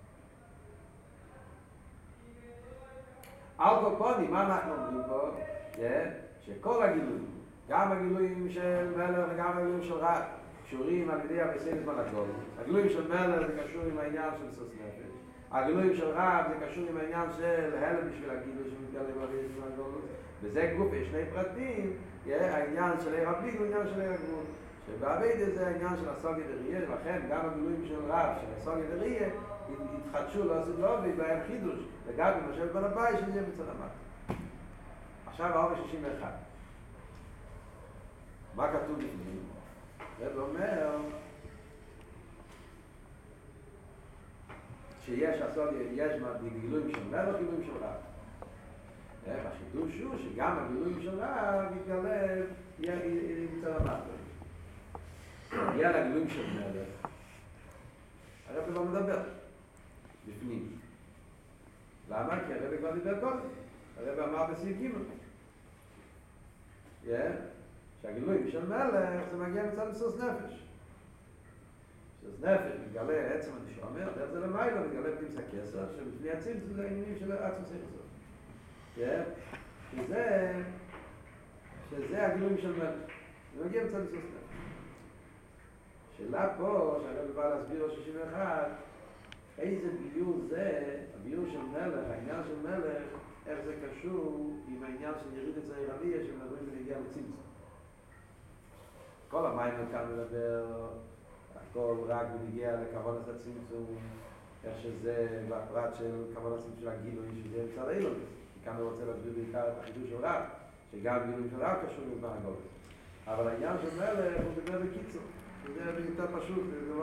על כל פונים, מה אנחנו אומרים פה? שכל הגילויים, גם הגילויים של מלך וגם הגילויים של רב, קשורים על ידי הבסיס מלאכות. הגילויים של מלך זה קשור עם העניין של סוס נפש. הגילויים של רב זה קשור עם העניין של הלם בשביל הגילוי שמתגלה בריש מהגולות. וזה גוף, יש שני פרטים, העניין של עיר הבלי והעניין של עיר הגבול. שבעבד זה העניין של הסוגיה דריה, לכן גם הגילויים של רב, של הסוגיה דריה, התחדשו לא עשו לא, ובהם חידוש, לגבי משל בן הבית שזה יהיה בצד המטה. עכשיו האור שישים ואחת. מה כתוב לפני? רב אומר שיש הסוגיה, יש גילויים של מלך גילויים של רב. החידוש הוא שגם הגילויים של רב יתגלה בצד המטה. יהיה על הגילויים של מלך, הרב לא מדבר בפנים. למה? כי הרב כבר דיבר קודם. הרב אמר בסעיף ג' שהגילויים של מלך זה מגיע מצד סוס נפש. סוס נפש מתגלה עצם הנשומר, דרך זה למעלה מתגלה פנימס הכסר, שבפני הצמצום זה העניינים של עצמוס היחסות. שזה, שזה הגילויים של מלך. זה מגיע מצד סוס נפש. שאלה פה, שהרב בא להסביר לו שישים ואחת, איזה ביור זה, הביור של מלך, העניין של מלך, איך זה קשור עם העניין של יריד אצל עירביה שמדברים בנגיע לצמצום. כל המים כאן מדבר, הכל רק בנגיע לכבוד הצמצום, איך שזה בפרט של כבוד הצמצום של הגילוי, שזה מצד אילומס. כי כאן הוא רוצה להסביר בעיקר את החידוש של רב, שגם גילוי של רב קשור עם הגולת. אבל העניין של מלך הוא מדבר בקיצור. זה יותר פשוט,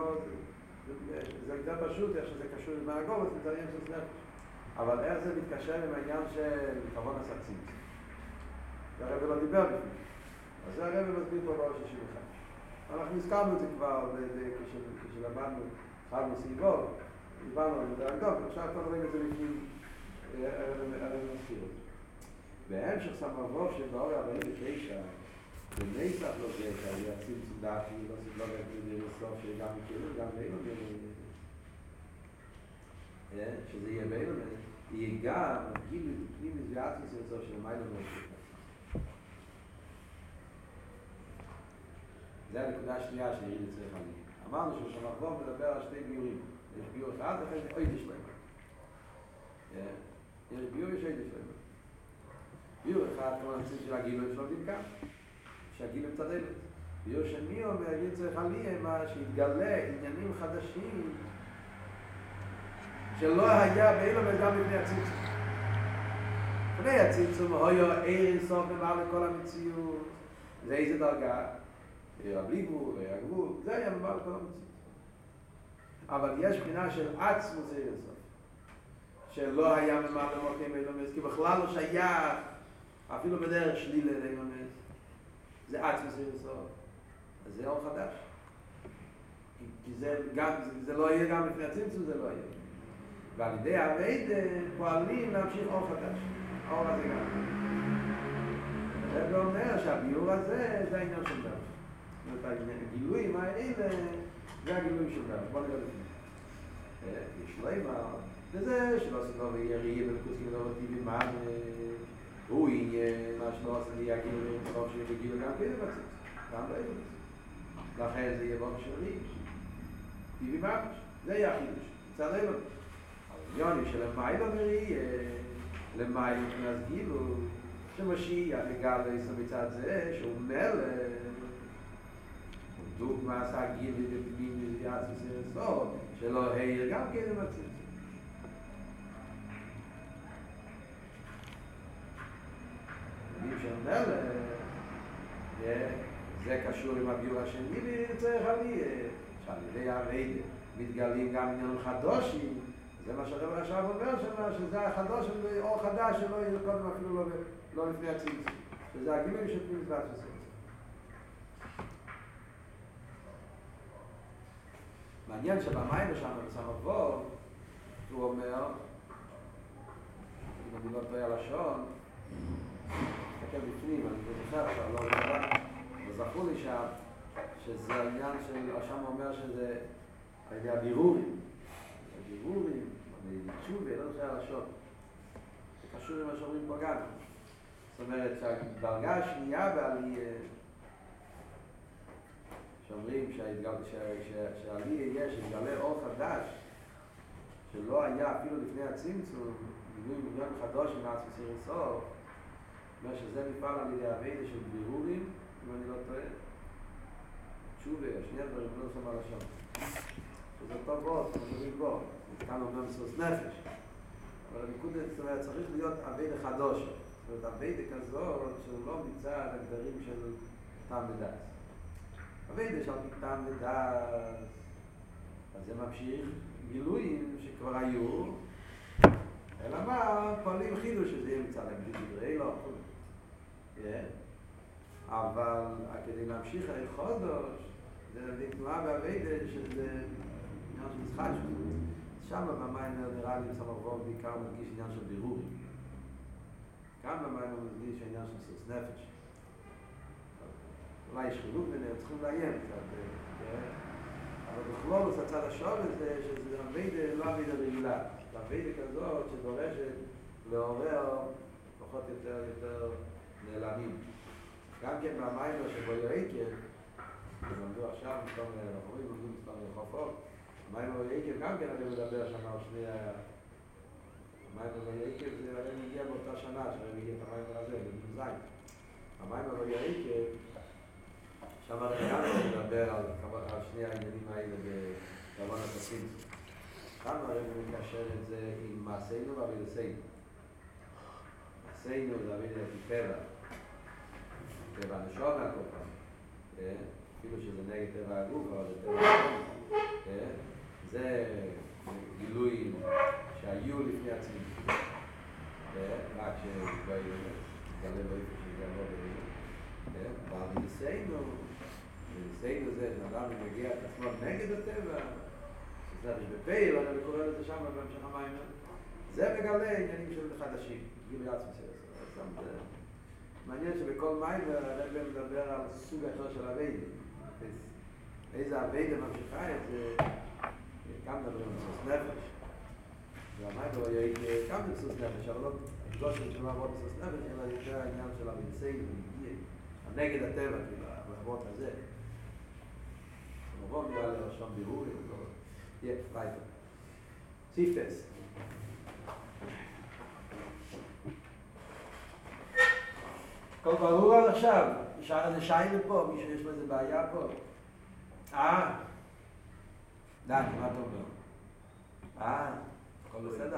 זה יותר פשוט איך שזה קשור עם הגולת, זה עניין של נפש. אבל איך זה מתקשר עם העניין של כבוד הסצים? זה הרב לא דיבר בפנים. אז זה הרב מסביר פה בעוד שישים ואחת. אנחנו הזכרנו את זה כבר כשלמדנו, התחלנו סביבות, דיברנו על זה הגדול, עכשיו כבר רואים את זה לפנים, הרב מסביר את זה. בהמשך סמבוב שבאור ארבעים ותשע, בניסח לא זה, שהיו הצמצום דעתי, לא סבלו להגיד לסוף שגם מכירים, גם באילון יהיה, שזה יהיה באילון, יהיה גם גילוי פנים מזוויעצמוס לסוף של מיילון לא. זה הנקודה השנייה של יריד אצלך לי. אמרנו ששמחבוב מדבר על שתי ביורים. יש ביור אחד, אחרי זה אוי דשלם. יש ביור, יש אוי דשלם. ביור אחד, כמו הנציב של הגילוי שלו דמקה, שהגילוי מצד אלה. ביור שני אומר, יריד אצלך לי, מה שהתגלה עניינים חדשים, שלא היה באילו וגם לפני הצמצום. לפני הצמצום, היה אין סוף במעלה לכל המציאות. זה איזה דרגה? הבלי גבול, הגבול, זה היה ממעל כל המציאות. אבל יש בחינה של עצמוס היסוד, שלא היה ממעל למוקים אילומס, כי בכלל לא שייך, אפילו בדרך שלילה לאילומס, זה עצמוס היסוד. אז זה אור חדש. כי זה, גם, זה לא יהיה גם לפני הצמצום, זה לא יהיה. ועל ידי העבד פועלים להמשיך אור חדש. האור הזה גם. זה אומר שהביור הזה זה העניין של דבר. זאת אומרת, הגילויים האלה זה הגילויים של דבר. בוא נראה לפני. יש לו אימא, וזה שלא עושים לו וירי ולקוסים לו וטיבי מה הוא יהיה מה שלא עושה לי הגילויים, טוב שיהיה בגילוי גם כן בצד. גם לא יהיה. לכן זה יהיה בו שלי. טיבי מה? זה יהיה החידוש. מצד אלו. העניון של המיילו מראי, למיילו מבחינת גילו, שמשיח יגאל לעשו מצד זה, שהוא מלך, דוגמה עשה גיל ופנים ויעץ וסרסו, שלא העיר גם כן למצב. אני של מלך, זה קשור עם הביור השני, וצריך עלי, שעל ידי העבד מתגלים גם עניינים חדושים, זה מה שהרב עכשיו אומר שמה, שזה החדוש, אור חדש שלא יהיה קודם אפילו לא, לא לפני הצמצום, שזה הגילוי של פנים זבט וסרסו. מעניין שבמים שם בסמבוא, הוא אומר, אם אני לא טועה לשון, תסתכל בפנים, אני לא זוכר עכשיו, לא זוכר, וזכו לי שם, שזה העניין של, שם אומר שזה על ידי הבירורים, הבירורים, תשובה, לא זוכר לשון, זה קשור עם מה שאומרים פה גם. זאת אומרת שהדרגה השנייה בעלייה, שאומרים שהעלי יהיה, שיגלה אור חדש, שלא היה אפילו לפני הצמצום, גילוי מיליון חדוש עם מעץ וסרסו, אומר שזה נפעל על ידי הווידה של בירורים, אם אני לא טועה. תשובה, השנייה דברים, לא שם על השם. שזה טוב בו, כמו שאומרים בו, כאן אומר מסוס נפש. אבל הנקודה, זאת אומרת, צריך להיות הווידה חדוש. זאת אומרת, הווידה כזאת, שהוא לא מצא על הגדרים של טעם ודעת. הווידה של טעם ודעת, אז זה ממשיך גילויים שכבר היו, אלא מה, פועלים חידוש שזה יהיה מצד הגדרי, לא, אבל כדי להמשיך היחודש, זה תנועה בהווידה שזה עניין של משחק שלו. שם במים נראה לי סמרבוב בעיקר מדגיש עניין של בירורים. כאן במים הוא מדגיש עניין של סוס נפש. אולי יש חילוק ביניהם, צריכים לעיין קצת. אבל בכלולוס הצד השוב הזה, שזה הווידה לא הווידה רגילה. זה הווידה כזאת שדורשת לעורר פחות יותר יותר נעלמים. גם כן במים שבו יעיקר, למדו עכשיו, אנחנו רואים, לומדים מספר רחופות, המים ויעיקר גם כן אני מדבר שם על שני ה... המים ויעיקר זה הרי מגיע באותה שנה, שהרי מגיע את המים הזה, בגיל זין. המים ויעיקר, שם הרי גם אני מדבר על שני העניינים האלה בכוון התפים. כאן הרי מקשר את זה עם מעשינו ועבידתנו. מעשינו זה עבידת טבע. טבע הנשום מהכל פעם. אפילו שזה נגד טבע הגוף, אבל זה טבע הגוף. זה גילויים שהיו לפני עצמם. רק שבא יתגלה באיפה שיגלה באיפה. ועבידתנו, ועבידתנו זה נדע ומגיע את עצמו נגד הטבע. זה בפייל, אני קורא לזה שם בהמשך המים. זה מגלה עניינים של חדשים, גילוי עצמי של זה. מעניין שבכל מים הרב מדבר על סוג אחר של הווידה. איזה הווידה ממשיכה את זה, גם מדברים על סוס נפש. והמים לא יהיה גם בסוס נפש, אבל לא של לעבוד בסוס נפש, אלא יותר העניין של הווידסאים, הנגד הטבע, לעבוד הזה. נבוא נראה לרשום בירור, יהיה, weiter. סיפטס. כל ברור עד עכשיו, זה שיילה פה, מי שיש לו איזה בעיה פה. אה? דני, מה אתה אומר? אה? הכל בסדר?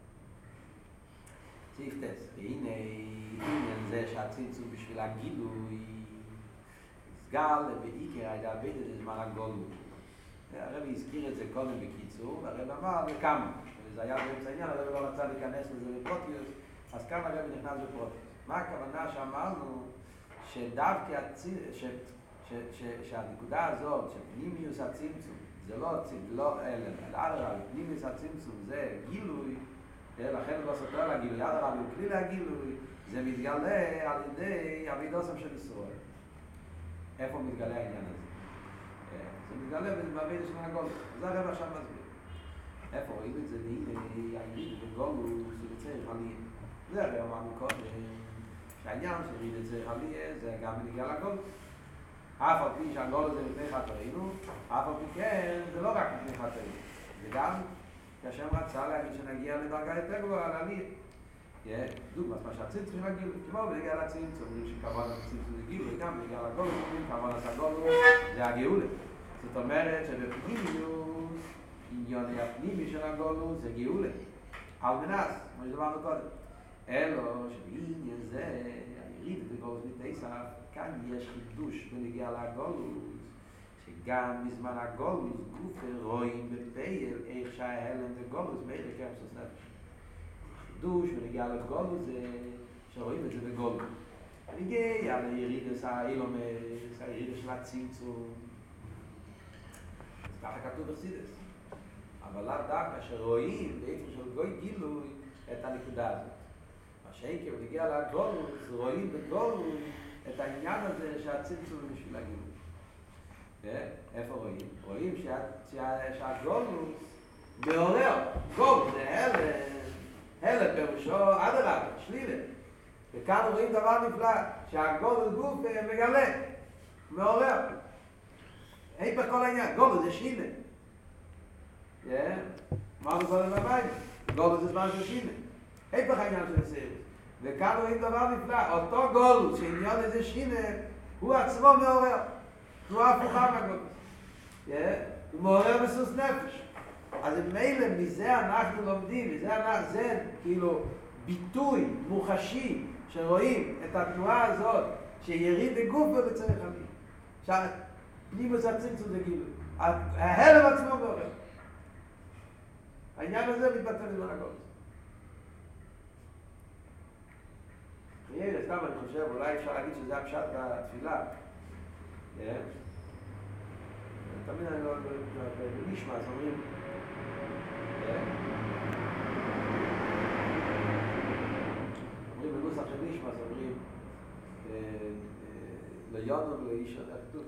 סיפטס. והנה, עניין זה שהצמצום בשביל הגילוי סגל בעיקר היה הבית את זמן הגולו. הרב הזכיר את זה קודם בקיצור, והרב אמר לכמה. וזה היה באמצע העניין, הרב לא רצה להיכנס לזה בפרוטיוס, אז כאן הרב נכנס בפרוטיוס. מה הכוונה שאמרנו? שדווקא שהנקודה הזאת, של פנימיוס הצמצום, זה לא, לא אלם, אלא אדרבה, פנימיס הצמצום זה גילוי, לכן לא סותר על הגילוי, אדרבה הוא כלי להגילוי, זה מתגלה על ידי אבידוסם של ישראל. איפה מתגלה העניין הזה? זה מתגלה בעבידה של הגולוס, זה הרב עכשיו מסביר. איפה רואים את זה? הנה, היריד בגולוס, זה צריך עלייה. זה הרי אמרנו קודם, שהעניין של יריד צריך עלייה, זה גם בנגיע לגולוס. אף על פי שהגולוס זה מפני חטאינו, אף על פי כן, זה לא רק מפני חטאינו. זה גם כשהשם רצה להגיד שנגיע לדרגה יותר גבוהה על עלייה. דוגמת מה שהצמצום של הגילוי, כמו בנגיע לצמצום, אומרים שכוון הצמצום זה גילוי, גם בנגיע לגולוס, אומרים כוון הגולוס זה הגאולה. זאת אומרת שבפנימיוס, עניוני הפנימי של הגולוס זה גאולה. על מנס, כמו שדברנו קודם. אלו שבעניין זה, היריד בגולוס מתייסף, כאן יש חידוש בנגיע לגולוס, שגם בזמן הגולוס גוף רואים בפייל איך שההלם בגולוס מאיר כרסוס נפש. חידוש בנגיע לגולוס זה שרואים את זה בגולוס. נגיע לירידס האילומס, הירידס של הצמצום. ככה כתוב בחסידות. אבל לאו דווקא שרואים בעצם של גוי גילוי את הנקודה הזאת. מה שאיקר בנגיע לגולוס, רואים בגולוס את העניין הזה שהצמצום הוא בשביל הגילוי. איפה רואים? רואים שהגולוס מעורר. גולוס זה הלם. הלם פירושו אדרבה, שלילה. וכאן רואים דבר נפלא, שהגולוס גוף מגלה, מעורר. היפך כל העניין, גולוס זה שלילה. אמרנו קודם במים, גולוס זה זמן של שלילה. היפך העניין של הסרט. וכאן רואים דבר נפלא, אותו גולוס שעניין איזה שינה, הוא עצמו מעורר. הוא הפוכה מהגולוס. הוא מעורר בסוס נפש. אז מילא מזה אנחנו לומדים, מזה אנחנו, זה כאילו ביטוי מוחשי שרואים את התנועה הזאת שיריד בגוף ובצריך עמים. שהפנימוס הצמצום זה גילוי. ההלם עצמו מעורר. העניין הזה מתבטא בזמן הגולוס. סתם אני חושב, אולי אפשר להגיד שזה הפשט בתפילה. תמיד אני לא בנשמע, אז אומרים, אומרים בנוסח של נשמע, אז אומרים, ליונו ולאיש הכתוב.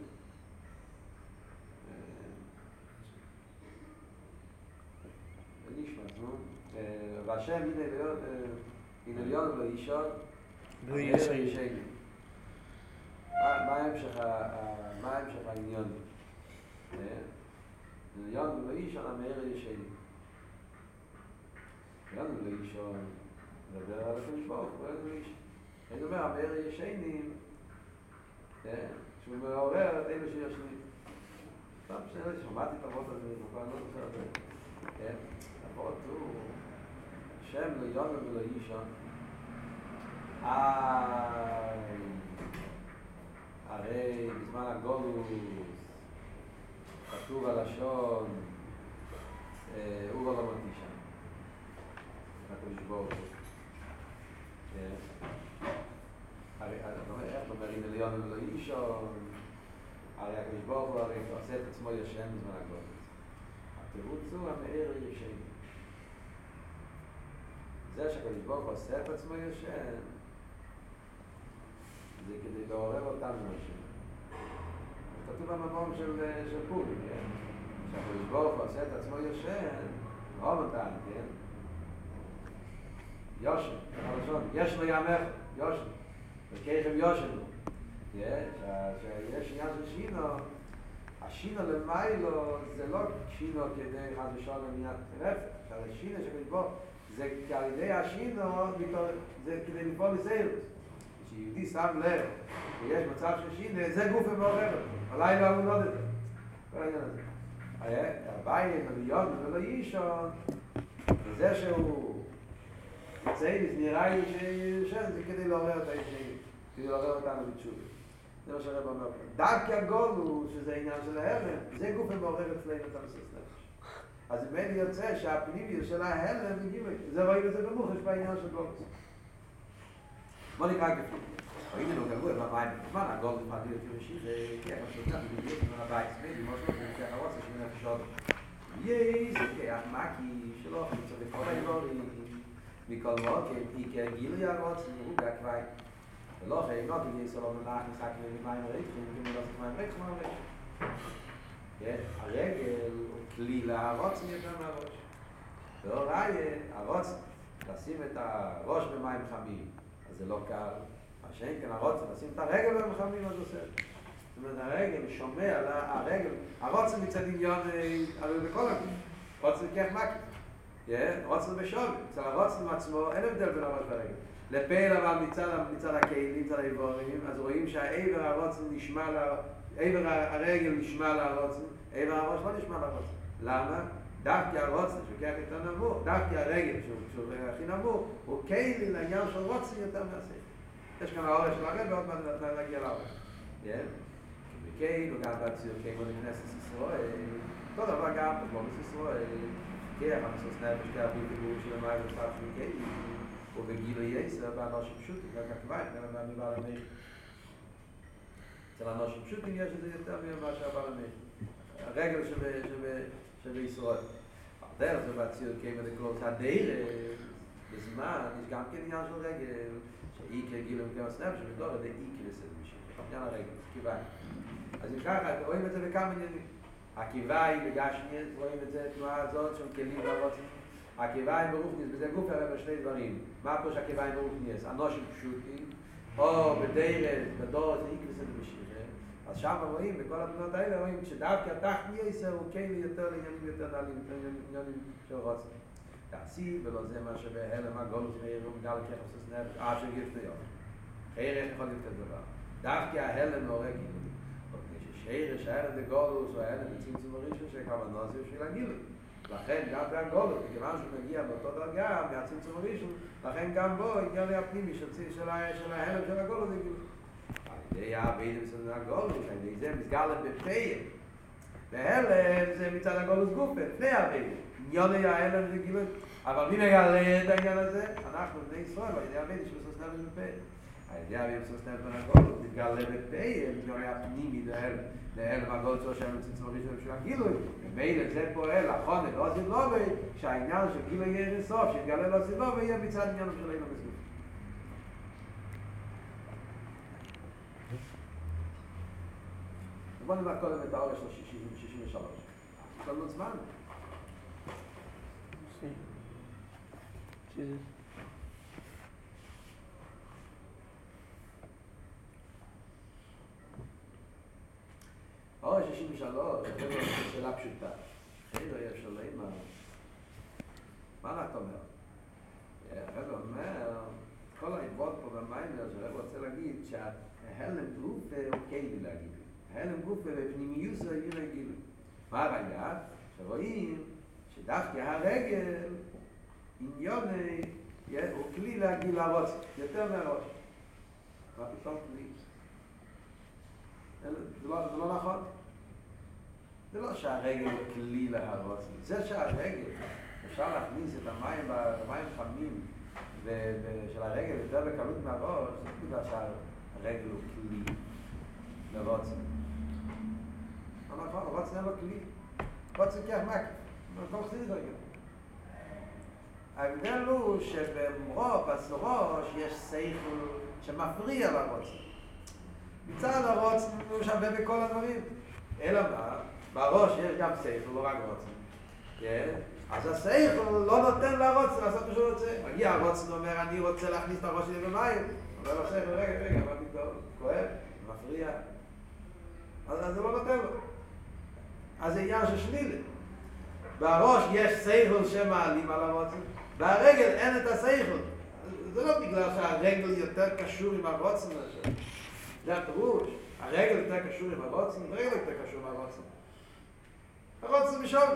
בנשמע, והשם, הנה ליונו ולאיש לא ישי. מה ההמשך העניין? עניין ולאיש על המאיר הישני. עניין ולאיש מדבר על הקדוש ברוך הוא, עניין ולאיש. אני אומר, המאיר הישני, שהוא מעורר את אלה שישנים. פעם שני, שמעתי את הוות הזה, אבל אני לא זוכר את זה. הוות הוא שם לעניין ולאיש. הרי בזמן הגולוס כתוב הלשון אורו לא מרגישה הקדוש ברוך הוא. הרי איך אומרים עליון ולא אישון, הרי הקדוש ברוך הוא הרי עושה את עצמו ישן בזמן הגולוס. התירוץ הוא המאיר ישן. זה שהקדוש ברוך הוא עושה את עצמו ישן זה כדי לעורר אותנו משהו. כתוב בממון של פול, שהקדוש ברוך הוא עושה את עצמו ישן, רוב אותנו, כן? יושן, הראשון, יש לו ימך, יושן, וכיכם יושנו. שיש עניין של שינו, השינו למיילו זה לא שינו כדי חד ושלום עניין רפת, שהשינו שקדוש ברוך זה כעל ידי השינו, זה כדי לפעול לסיירות. שיהודי שם לב ויש מצב של שינה, זה גוף ומעורר. אולי לא אמור עוד את זה. כל העניין הזה. הבעיה, מליון ולא אישון, וזה שהוא צייניס נראה לי שישן, זה כדי לעורר את הישנים, כדי לעורר אותנו בתשובה. זה מה שהרב אומר. דווקא הגולוס, שזה העניין של ההלם, זה גוף ומעורר אצלנו את המסוס נפש. אז אם אין יוצא שהפנימיות של ההלם, זה רואים את זה במוחש בעניין של גולוס. בוא נקרא כפי. ראיתי לו גבוה במים, בזמן הגול מפעדי אותי ושיח, כן, אבל שלושה בדיוק מן הבית, סביבי, משהו, וכך הרוצה שמין נפשות. יאי, זה כך מקי, שלא חייצו בכל האיבורים, מכל מוקר, כי כגילוי הרוצה, הוא גקווי. ולא חייב, לא כי יש לו מנח, נשחק למים ריקים, כי לא צריך מים ריקים, מים ריקים. הרגל הוא כלי להרוץ יותר מהראש. ולא ראי, הרוץ, לשים את הראש במים חמים, אז זה לא קל. מה שאין כן הרוץ, לשים את הרגל במים חמים, אז עושה. זאת אומרת, הרגל שומע, הרגל, הרוץ מצד עניון, אבל בכל הכלי. רוץ לכך מקי. רוץ בשווי. אצל הרוץ עם עצמו, אין הבדל בין הראש והרגל. לפעיל אבל מצד הכלים, מצד האיבורים, אז רואים שהעבר הרוץ נשמע, עבר הרגל נשמע להרוץ, עבר הראש לא נשמע להרוץ. למה? דווקא הרוץ, שכך יותר נמוך, דווקא הרגל, שהוא הכי נמוך, הוא כלי לעניין של רוצים יותר מהשכל. יש כאן האורש של הרב, ועוד מעט נגיע לאורש. וכן, הוא גם בציור כמו לכנסת ישראל, אותו דבר גם, בבונוס ישראל, כך, המסוס נפש, כך, בדיבור של המים וצפת מכן, ובגילו יסר, באנושים פשוטים, רק הכווי, גם מבעל המחיר. אצל אנושים פשוטים יש את זה יותר ממה שהבעל המחיר. הרגל שבישראל. הדרך זה בציור כמו לכלות הדרך, בזמן, יש גם כן עניין של רגל, שאיקר גילו מכמס נפש, שבדור זה איקר לסד משהו. עניין הרגל, כיווי. אז אם ככה, רואים את זה בכמה עניינים. הכיווי בגשמיאס, רואים את זה, תנועה הזאת של כלים והרוצים. הכיווי ברוחניאס, בזה גוף הרי בשני דברים. מה פה שהכיווי ברוחניאס? אנושים פשוטים, או בדרך, בדור זה איקר לסד משהו. אז שם רואים, בכל התמונות האלה רואים שדווקא תחת יסר הוא כן יותר לעניינים יותר נעלים, עניינים של רוצים. תעשי, ולא זה מה שבהלם הגולוס מאיר ומגל כחסוס נפש, אף שגיפת היום. חייר איך יכול להיות כזה דבר. דווקא ההלם הורג גילוי. ששרש ההלם דגולוס הוא ההלם בצמצום הראשון שכוונתו זה בשביל הגילוי. לכן גם בהגולוס, מכיוון שהוא מגיע באותו דרגה מהצמצום הראשון, לכן גם בו הגיע הפנימי של ההלם של הגולוס זה גילוי. על ידי העביד בסדר הגולוס, על ידי זה מסגר בפיים. בהלם זה מצד הגולוס גופה, לפני העביד. עניון היה ההלם זה גילוי. אבל מי מגלה את העניין הזה? אנחנו בני ישראל, על ידי העביד שבסוס נפש בפה. על ידי העביד שבסוס נפש בנגולוס, מתגלה בפיים, עניון היה פנימי להלם הגולוס או שם לצמצום הראשון של הגילוי. ומילא זה פועל, החונד, לא זילובי, שהעניין של גילוי יהיה אינסוף, שיתגלה לא זילובי, יהיה מצד עניין של אילו מסגור. בוא נלמד קודם את האורש של שישים ושלוש. יש לנו זמן? האורש שישים ושלוש, זה שאלה פשוטה. חידו יש שואלים, מה אתה אומר? הרב אומר, כל העבוד פה במיימר, שהרב רוצה להגיד שההלם גוף הוא כלי להגיד. ההלם גוף בפנימיוס העיר הגילוי. מה הראיה? שרואים שדווקא הרגל עניוני הוא כלי להגיל לראש, יותר מהראש. מה פתאום כלי? זה לא, זה לא נכון. זה לא שהרגל הוא כלי להרוץ. זה שהרגל, אפשר להכניס את המים, המים חמים של הרגל יותר בקלות מהראש, זה בגלל שהרגל הוא כלי לרוץ. נכון, הרוץ אין לו כלי. רוץ זה כך מקי. כל חסיד רגל. ההבדל הוא שבמרוב, בסורוש, יש שכל שמפריע לרוץ. מצד הרוץ הוא שווה בכל הדברים. אלא מה? בראש יש גם שכל, לא רק רוץ. אז השכל לא נותן לרוץ לעשות מה שהוא רוצה. מגיע הרוץ ואומר, אני רוצה להכניס את הראש שלי במים. אומר לו שכל, רגע, רגע, מה פתאום? כואב, מפריע. אז זה לא נותן לו. אז זה עניין של שלילה. בראש יש שכל שמעלים על הרוצים, והרגל אין את השכל. זה לא בגלל שהרגל יותר קשור עם הרוצים. זה הפירוש. הרגל יותר קשור עם הרוצים, הרגל יותר קשור עם הרוצים. הרוצים בשום.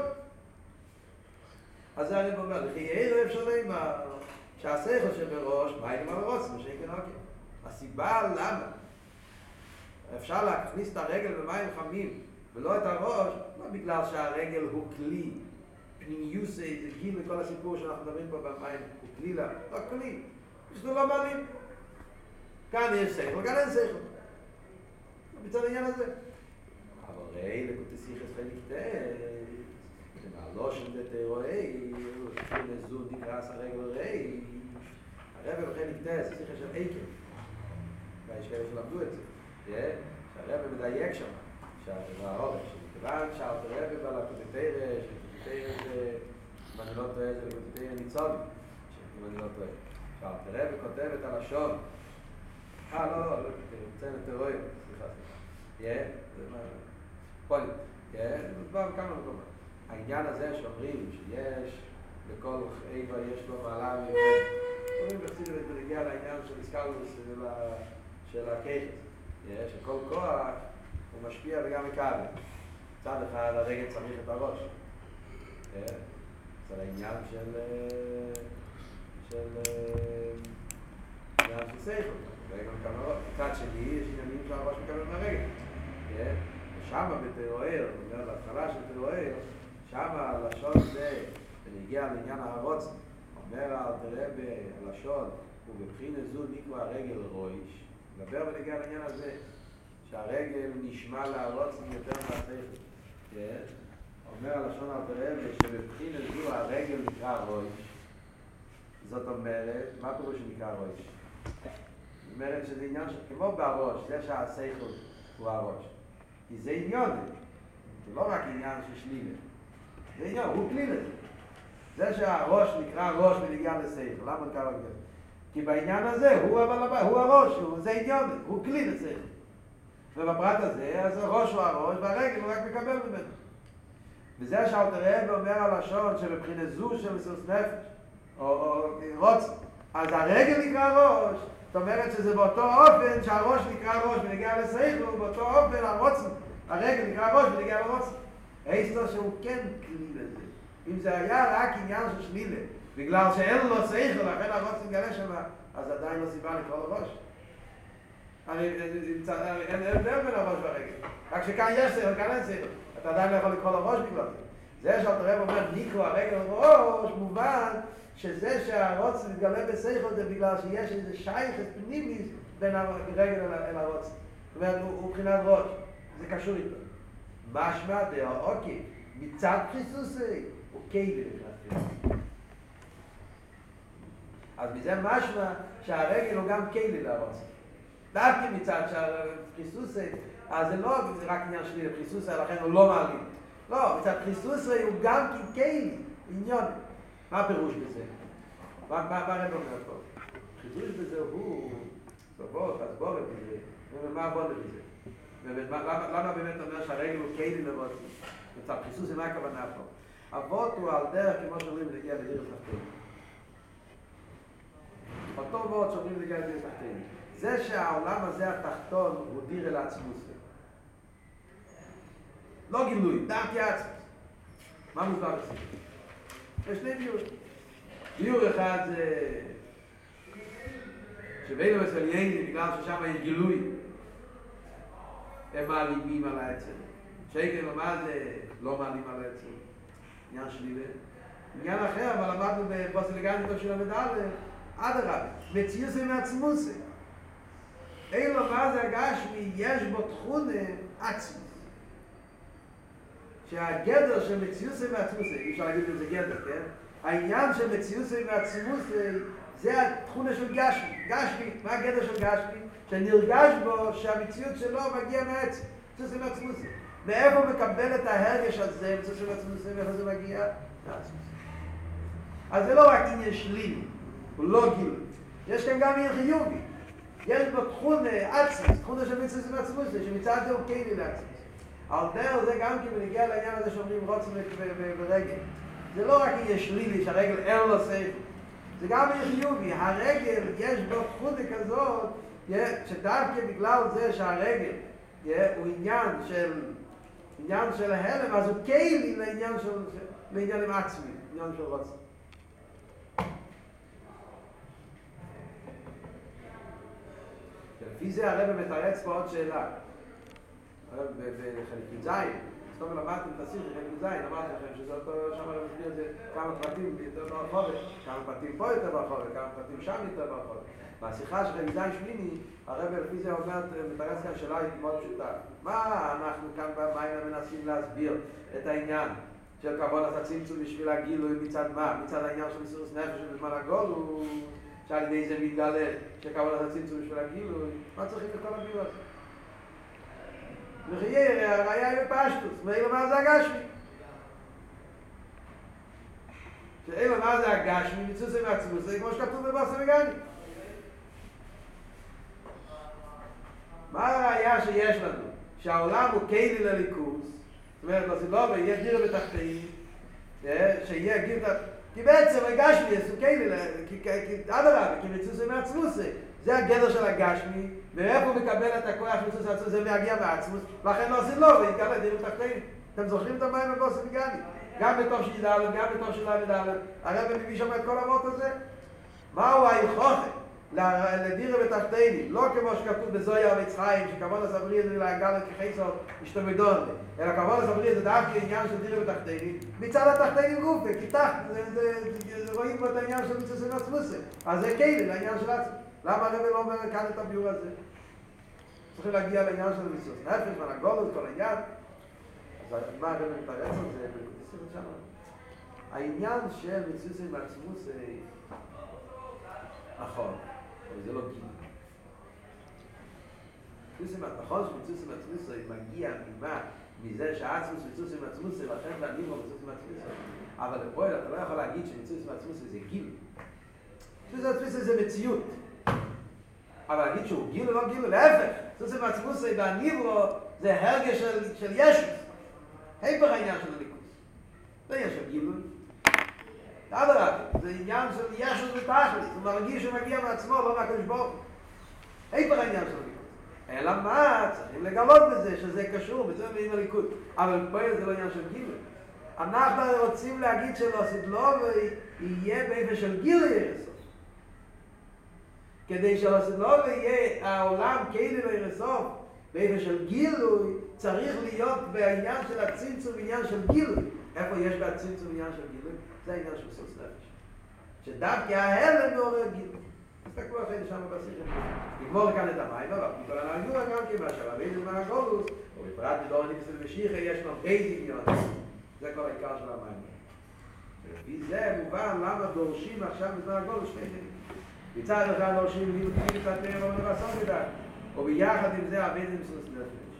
אז זה אני אומר, לכי יהיה לא אפשר לומר שהשכל שבראש מעלים על הרוצים, שכן אוקיי. הסיבה למה אפשר להכניס את הרגל במים חמים ולא את הראש, לא בגלל שהרגל הוא כלי, פנימיוס, זה גיל לכל הסיפור שאנחנו מדברים פה במים, הוא כלי לה, לא כלי, זה לא מעלים. כאן יש שכל, כאן אין שכל. מצד העניין הזה. אבל ראי לקוטסיכס חלק טס, לא שם זה תירואי, לזו נקרס הרגל ראי, הרב בחלק טס, שיחה של איקר. ויש כאלה שלמדו את זה. שהרב מדייק שם, שהרב, שכיוון שהרב בלקוטתרא, שקוטתרא זה, אם אני לא טועה, זה לקוטתרא ניצובי, אם אני לא טועה. שהרב כותב את הלשון, אה, לא, לא, לא, זה תירואי, סליחה, סליחה. זה מה... פולי. זה מדבר בכמה מקומות. העניין הזה שאומרים שיש לכל איבר יש לו מעלה מיוחדת. אומרים בחסידות בנגיע לעניין של איסקלוס של הקייחס. שכל כוח הוא משפיע וגם מקבל. מצד אחד הרגל צריך את הראש. זה העניין של... של... עניין של סייכל. מצד שני יש עניינים שהראש מקבל מהרגל. ושמה בתירואר, זאת אומרת, בהתחלה של תירואר, שמה הלשון זה, ונגיע לעניין הרוצן, אומר על תראה בלשון, ובבחינה זו נקרא הרגל רויש, מדבר ונגיע לעניין הזה, שהרגל נשמע להרוצן יותר מהשכל. אומר הלשון על תראה שבבחינה זו הרגל נקרא רויש. זאת אומרת, מה פירוש שנקרא רויש? זאת אומרת שזה עניין כמו בראש, זה שהשכל הוא הראש. כי זה עניון, זה לא רק עניין של שלילה. זה עניין, הוא כליל את זה. זה שהראש נקרא ראש ונגיע לשכל. למה נקרא לזה? כי בעניין הזה הוא הבא, הוא הראש, זה עניון, הוא כליל את זה. ובפרט הזה, אז הראש הוא הראש והרגל הוא רק מקבל ממנו. וזה שאלתר רבי אומר על השון שבבחינה זו של מסירות נפש, או, או רוצן, אז הרגל נקרא ראש. זאת אומרת שזה באותו אופן שהראש נקרא ראש ונגיע לשכל, באותו אופן הרוצן, הרגל נקרא ראש ונגיע לרוצן. איסטו שהוא כן כליל לזה. אם זה היה רק עניין של שלילה, בגלל שאין לו שכל, לכן הרוצן גלה שם, אז עדיין לא סיבה לקרוא לראש. אין הבדל בין הראש והרגל. רק שכאן יש שכל, כאן אין שכל. אתה עדיין לא יכול לקרוא לראש בגלל זה. זה שאתה רב אומר, ניקרו הרגל ראש, מובן שזה שהרוצן מתגלה בשכל זה בגלל שיש איזה שייכת פנימית בין הרגל אל הרוצן. זאת אומרת, הוא מבחינת ראש. זה קשור איתו. משמע דעה, אוקיי, מצד חיסוסי, הוא קיילי מבחינת חיסוסי. אז מזה משמע שהרגל הוא גם קיילי לרוצן. דווקא מצד שהחיסוסי, אז זה לא רק עניין שלי לחיסוסי, לכן הוא לא מעלים. לא, מצד חיסוסי הוא גם קיילי, עניון. מה הפירוש בזה? מה, מה, מה הרב אומר פה? חידוש בזה הוא, תבוא, תסבור את זה, ומה עבוד בזה? למה באמת אומר שהרגל הוא קיילי לרוצן? מצד חיסוס זה מה הכוונה פה? אבות הוא על דרך כמו שאומרים להגיע לדיר תחתינו. אותו וורט שאומרים להגיע לדיר תחתינו. זה שהעולם הזה התחתון הוא דיר אל עצמוס. לא גילוי, דרכי עצמוס. מה מוסבר בזה? יש שני ביורים. ביור אחד זה שבינו מסליינים בגלל ששם יש גילוי. הם מעלימים על העצם. שייקר למה זה לא מעלים על העצם. עניין שלילה. עניין אחר, אבל למדנו בבוסלגנטו של המדל, עד הרב, מציוס זה מעצמוס. אין לו מה זה הגשמי, יש בו תכונה עצמוס. שהגדר של מציוס זה מעצמוס, אי אפשר להגיד את זה גדר, כן? העניין של מציוס זה מעצמוס זה התכונה של גשמי. גשמי, מה הגדר של גשמי? שנרגש בו שהמציאות שלו מגיע מעצם. מציוס זה מעצמוס. מאיפה הוא מקבל את ההרגש הזה, מציוס זה מעצמוס, ואיפה זה מגיע? מעצמוס. אז זה לא רק עניין שלילי, הוא לא גיל. יש כאן גם עניין חיובי. יש בו תכונה עצמוס, תכונה של מציוס זה מעצמוס, שמצד זה הוא קיילי לעצמוס. על דרך זה גם כי מנגיע לעניין הזה שאומרים רוצן ברגל. זה לא רק עניין שלילי שהרגל אין לו סייכל. זה גם עניין חיובי. הרגל יש בו תכונה כזאת, שדווקא בגלל זה שהרגל הוא עניין של עניין של ההלם, אז הוא קיילי לעניין של לעניינים עצמיים, עניין של רוצן. לפי זה הרב מתרץ פה עוד שאלה. בחלק זין, טוב למדתם את השיח, חלק מזין, אמרתי לכם שזה אותו, שם אני מסביר את זה כמה פרטים יותר ברחובת, כמה פרטים פה יותר ברחובת, כמה פרטים שם יותר ברחובת. בשיחה של חלק מזין שמיני, הרב לפי זה אומר, מתרץ כאן שאלה היא מאוד פשוטה. מה אנחנו כאן במים מנסים להסביר את העניין של קבלת הצמצום בשביל הגילוי מצד מה? מצד העניין של מסירות נפש בזמן הגולוס, שעל ידי זה מתגלה שקבלת הצמצום בשביל הגילוי, מה צריכים לכל הגילוי הזה? וחייר, הראיה היא בפשטוס, ואילו מה זה הגשמי? שאילו מה זה הגשמי, מצוסי מעצמוס, זה כמו שכתוב בבוסר וגני. מה הראיה שיש לנו? שהעולם הוא כלי לליכוס, זאת אומרת, לא זה לא, ויהיה גירה בתחתאים, שיהיה גירה, כי בעצם הגשמי הוא כלי, עד הרבה, כי מצוסי מעצמוס, זה הגדר של הגשמי, ואיפה הוא מקבל את הכוח מצוס העצמוס, זה מגיע מעצמוס, לכן לא עושים לו, ויקרא לדיר בתחתאים. אתם זוכרים את המים בבוסר וגני? גם בתור שידע, גם בתור שידע מדע, הרב מביא שם את כל המות הזה. מהו ההלכות לדיר בתחתאים? לא כמו שכתוב בזויה ומצרים, שכבוד הסברי זה להגל כחייסות השתמדון, אלא כבוד הסברי זה דווקא עניין של דיר בתחתאים, מצד התחתאים גופה, כי תחת, רואים פה את העניין של מצוס העצמוס, אז זה כאילו לעניין של עצמוס. למה הרב לא אומר כאן את הביור הזה? צריכים להגיע לעניין של מסירות נפש, מהגולוס, כל העניין. אז מה הרב מתרץ על זה? העניין של מסירות העצמוס נכון, אבל זה לא גיל. נכון שמסירות העצמוס מגיע ממה? מזה שהעצמוס מסירות העצמוס ולכן להגיד לו מסירות העצמוס. אבל לפועל אתה לא יכול להגיד שמסירות העצמוס זה גיל. מסירות העצמוס זה מציאות. אבל להגיד שהוא גיל או לא גיל, להפך. מסירות העצמוס בניברו זה הרגש של, של ישו. היפר העניין של הליכוס. זה עניין של גיל. זה עניין של ישו ותכלית. הוא מרגיש שהוא מגיע מעצמו, לא מהקדוש ברוך הוא. היפר העניין של הליכוס. אלא מה? צריכים לגלות בזה שזה קשור, בזה עם הליכוס. אבל פה זה לא עניין של גיל. אנחנו רוצים להגיד שלא סדלובי יהיה באיפה של גיל ירסוף. כדי שלא סדלובי יהיה העולם כאילו לא ירסוף, באיפה של גילוי, צריך להיות בעניין של הצמצום עניין של גילוי. איפה יש בהצמצום עניין של גילוי? זה העניין של סוס נפש. שדווקא ההלם מעורר גילוי. תסתכלו אחרי שם בסיכם. נגמור כאן את המים, אבל פתאום הנהגו גם כי מה שהרבי זה מהגולוס, או בפרט מדור ניפסל משיחה, יש לו בית עניון. זה כל העיקר של המים. ולפי זה מובן למה דורשים עכשיו בזמן הגולוס שני דברים. מצד אחד דורשים לימודים קצת מהם אבל לבסוף ידע. וביחד עם זה הבית עם סוס נפש.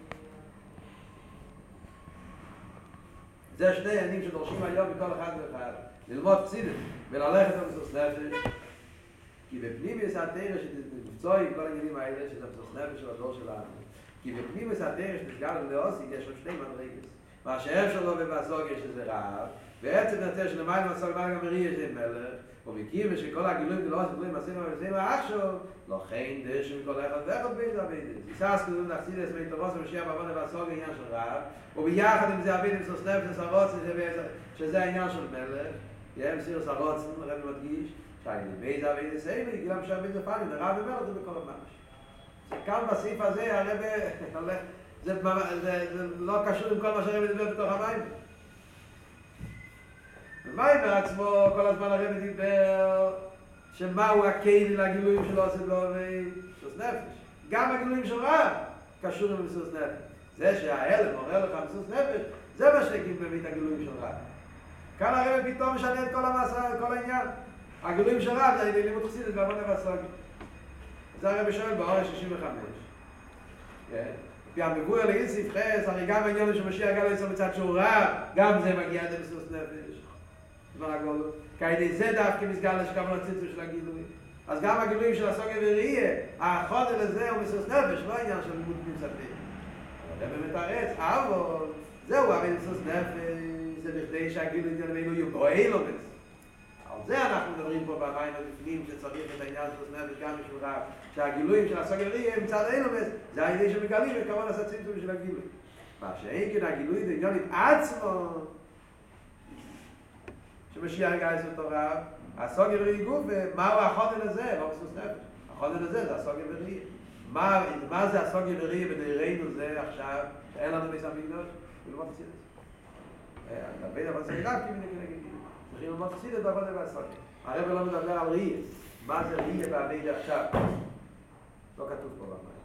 זה שני עניינים שדורשים היום מכל אחד ואחד. ללמוד חסידות וללכת על סוס נפש. כי בפנימיוס התורה שתפצוע עם כל העניינים האלה שזה סוס נפש של הדור שלנו. כי בפנימיוס התורה שתשגל ולאוסיק יש לו שני מדרגות. מה שהאב שלו ובסוג יש איזה רעב, ועצם נצא שלמעלה מהסוג מה גם מרי יש עם מלך, ומכיר ושכל הגילויים ולא עשינו עשינו ועשינו עכשיו, לכן דש מכל אחד ואחד בית הבית. יסעס כזו נחסיד את מי תרוס ומשיח בעבונה והסוג העניין של רעב, וביחד עם זה הבית עם סוס נפש סרוץ, שזה העניין של מלך, יהיה מסיר סרוץ, הרב מדגיש, שאני בית הבית עשינו, גם שהבית זה פעמים, הרב ומלך זה בכל הממש. כאן בסעיף הזה הרב הולך, זה, זה, זה לא קשור עם כל מה שהרב מדבר בתוך המים. במים בעצמו כל הזמן הרב דיבר שמהו הכלי לגילויים שלו עושה לו וסוס נפש. גם הגילויים של רב קשור עם סוס נפש. זה שההלם אומר לך סוס נפש, זה מה שקים מביא את הגילויים של רב. כאן הרב פתאום משנה את כל המסע, כל העניין. הגילויים של רב זה לימוד חסידות בעבונה והסוגיה. זה הרב שואל באור שישים וחמש. כן? והמבואר לאיסיף חס, הרי גם העניין שמשיח גל יסוד מצד שהוא רב, גם זה מגיע עד למסוס נפש. זמן הגולות. כי על ידי זה דווקא מסגר לשכוון הציצור של הגילוי. אז גם הגילויים של הסוגיה וראייה, החודל הזה הוא מסוס נפש, לא העניין של לימוד פנימסתי. זה באמת הרץ, אבל זהו, הרי מסוס נפש, זה בכדי שהגילוי עניין יהיו גרועי לו בזה. על זה אנחנו מדברים פה במים המפנים שצריך את העניין של נפש גם בשביל רב. שהגילויים של הסוגיה וראייה מצד האילומס, זה העניין שמגלים וכמובן עשה צמצום של הגילוי. מה שאין כן הגילוי בעניין עם עצמו, שמשיח גייס אותו רב, הסוגיה וראייה גוף, ומהו החודל הזה? לא מסוס נפש. החודל הזה זה הסוגיה וראייה. מה, מה זה הסוגיה וראייה בדיירנו זה עכשיו, שאין לנו ביס המקדוש? ללמוד חסידות. אתה בין המסעיד רב כמי נגד נגד. צריכים ללמוד חסידות בעבודה והסוגיה. הרב לא מדבר על ראייה. מה זה ראייה בעבודה עכשיו? לא כתוב פה במים.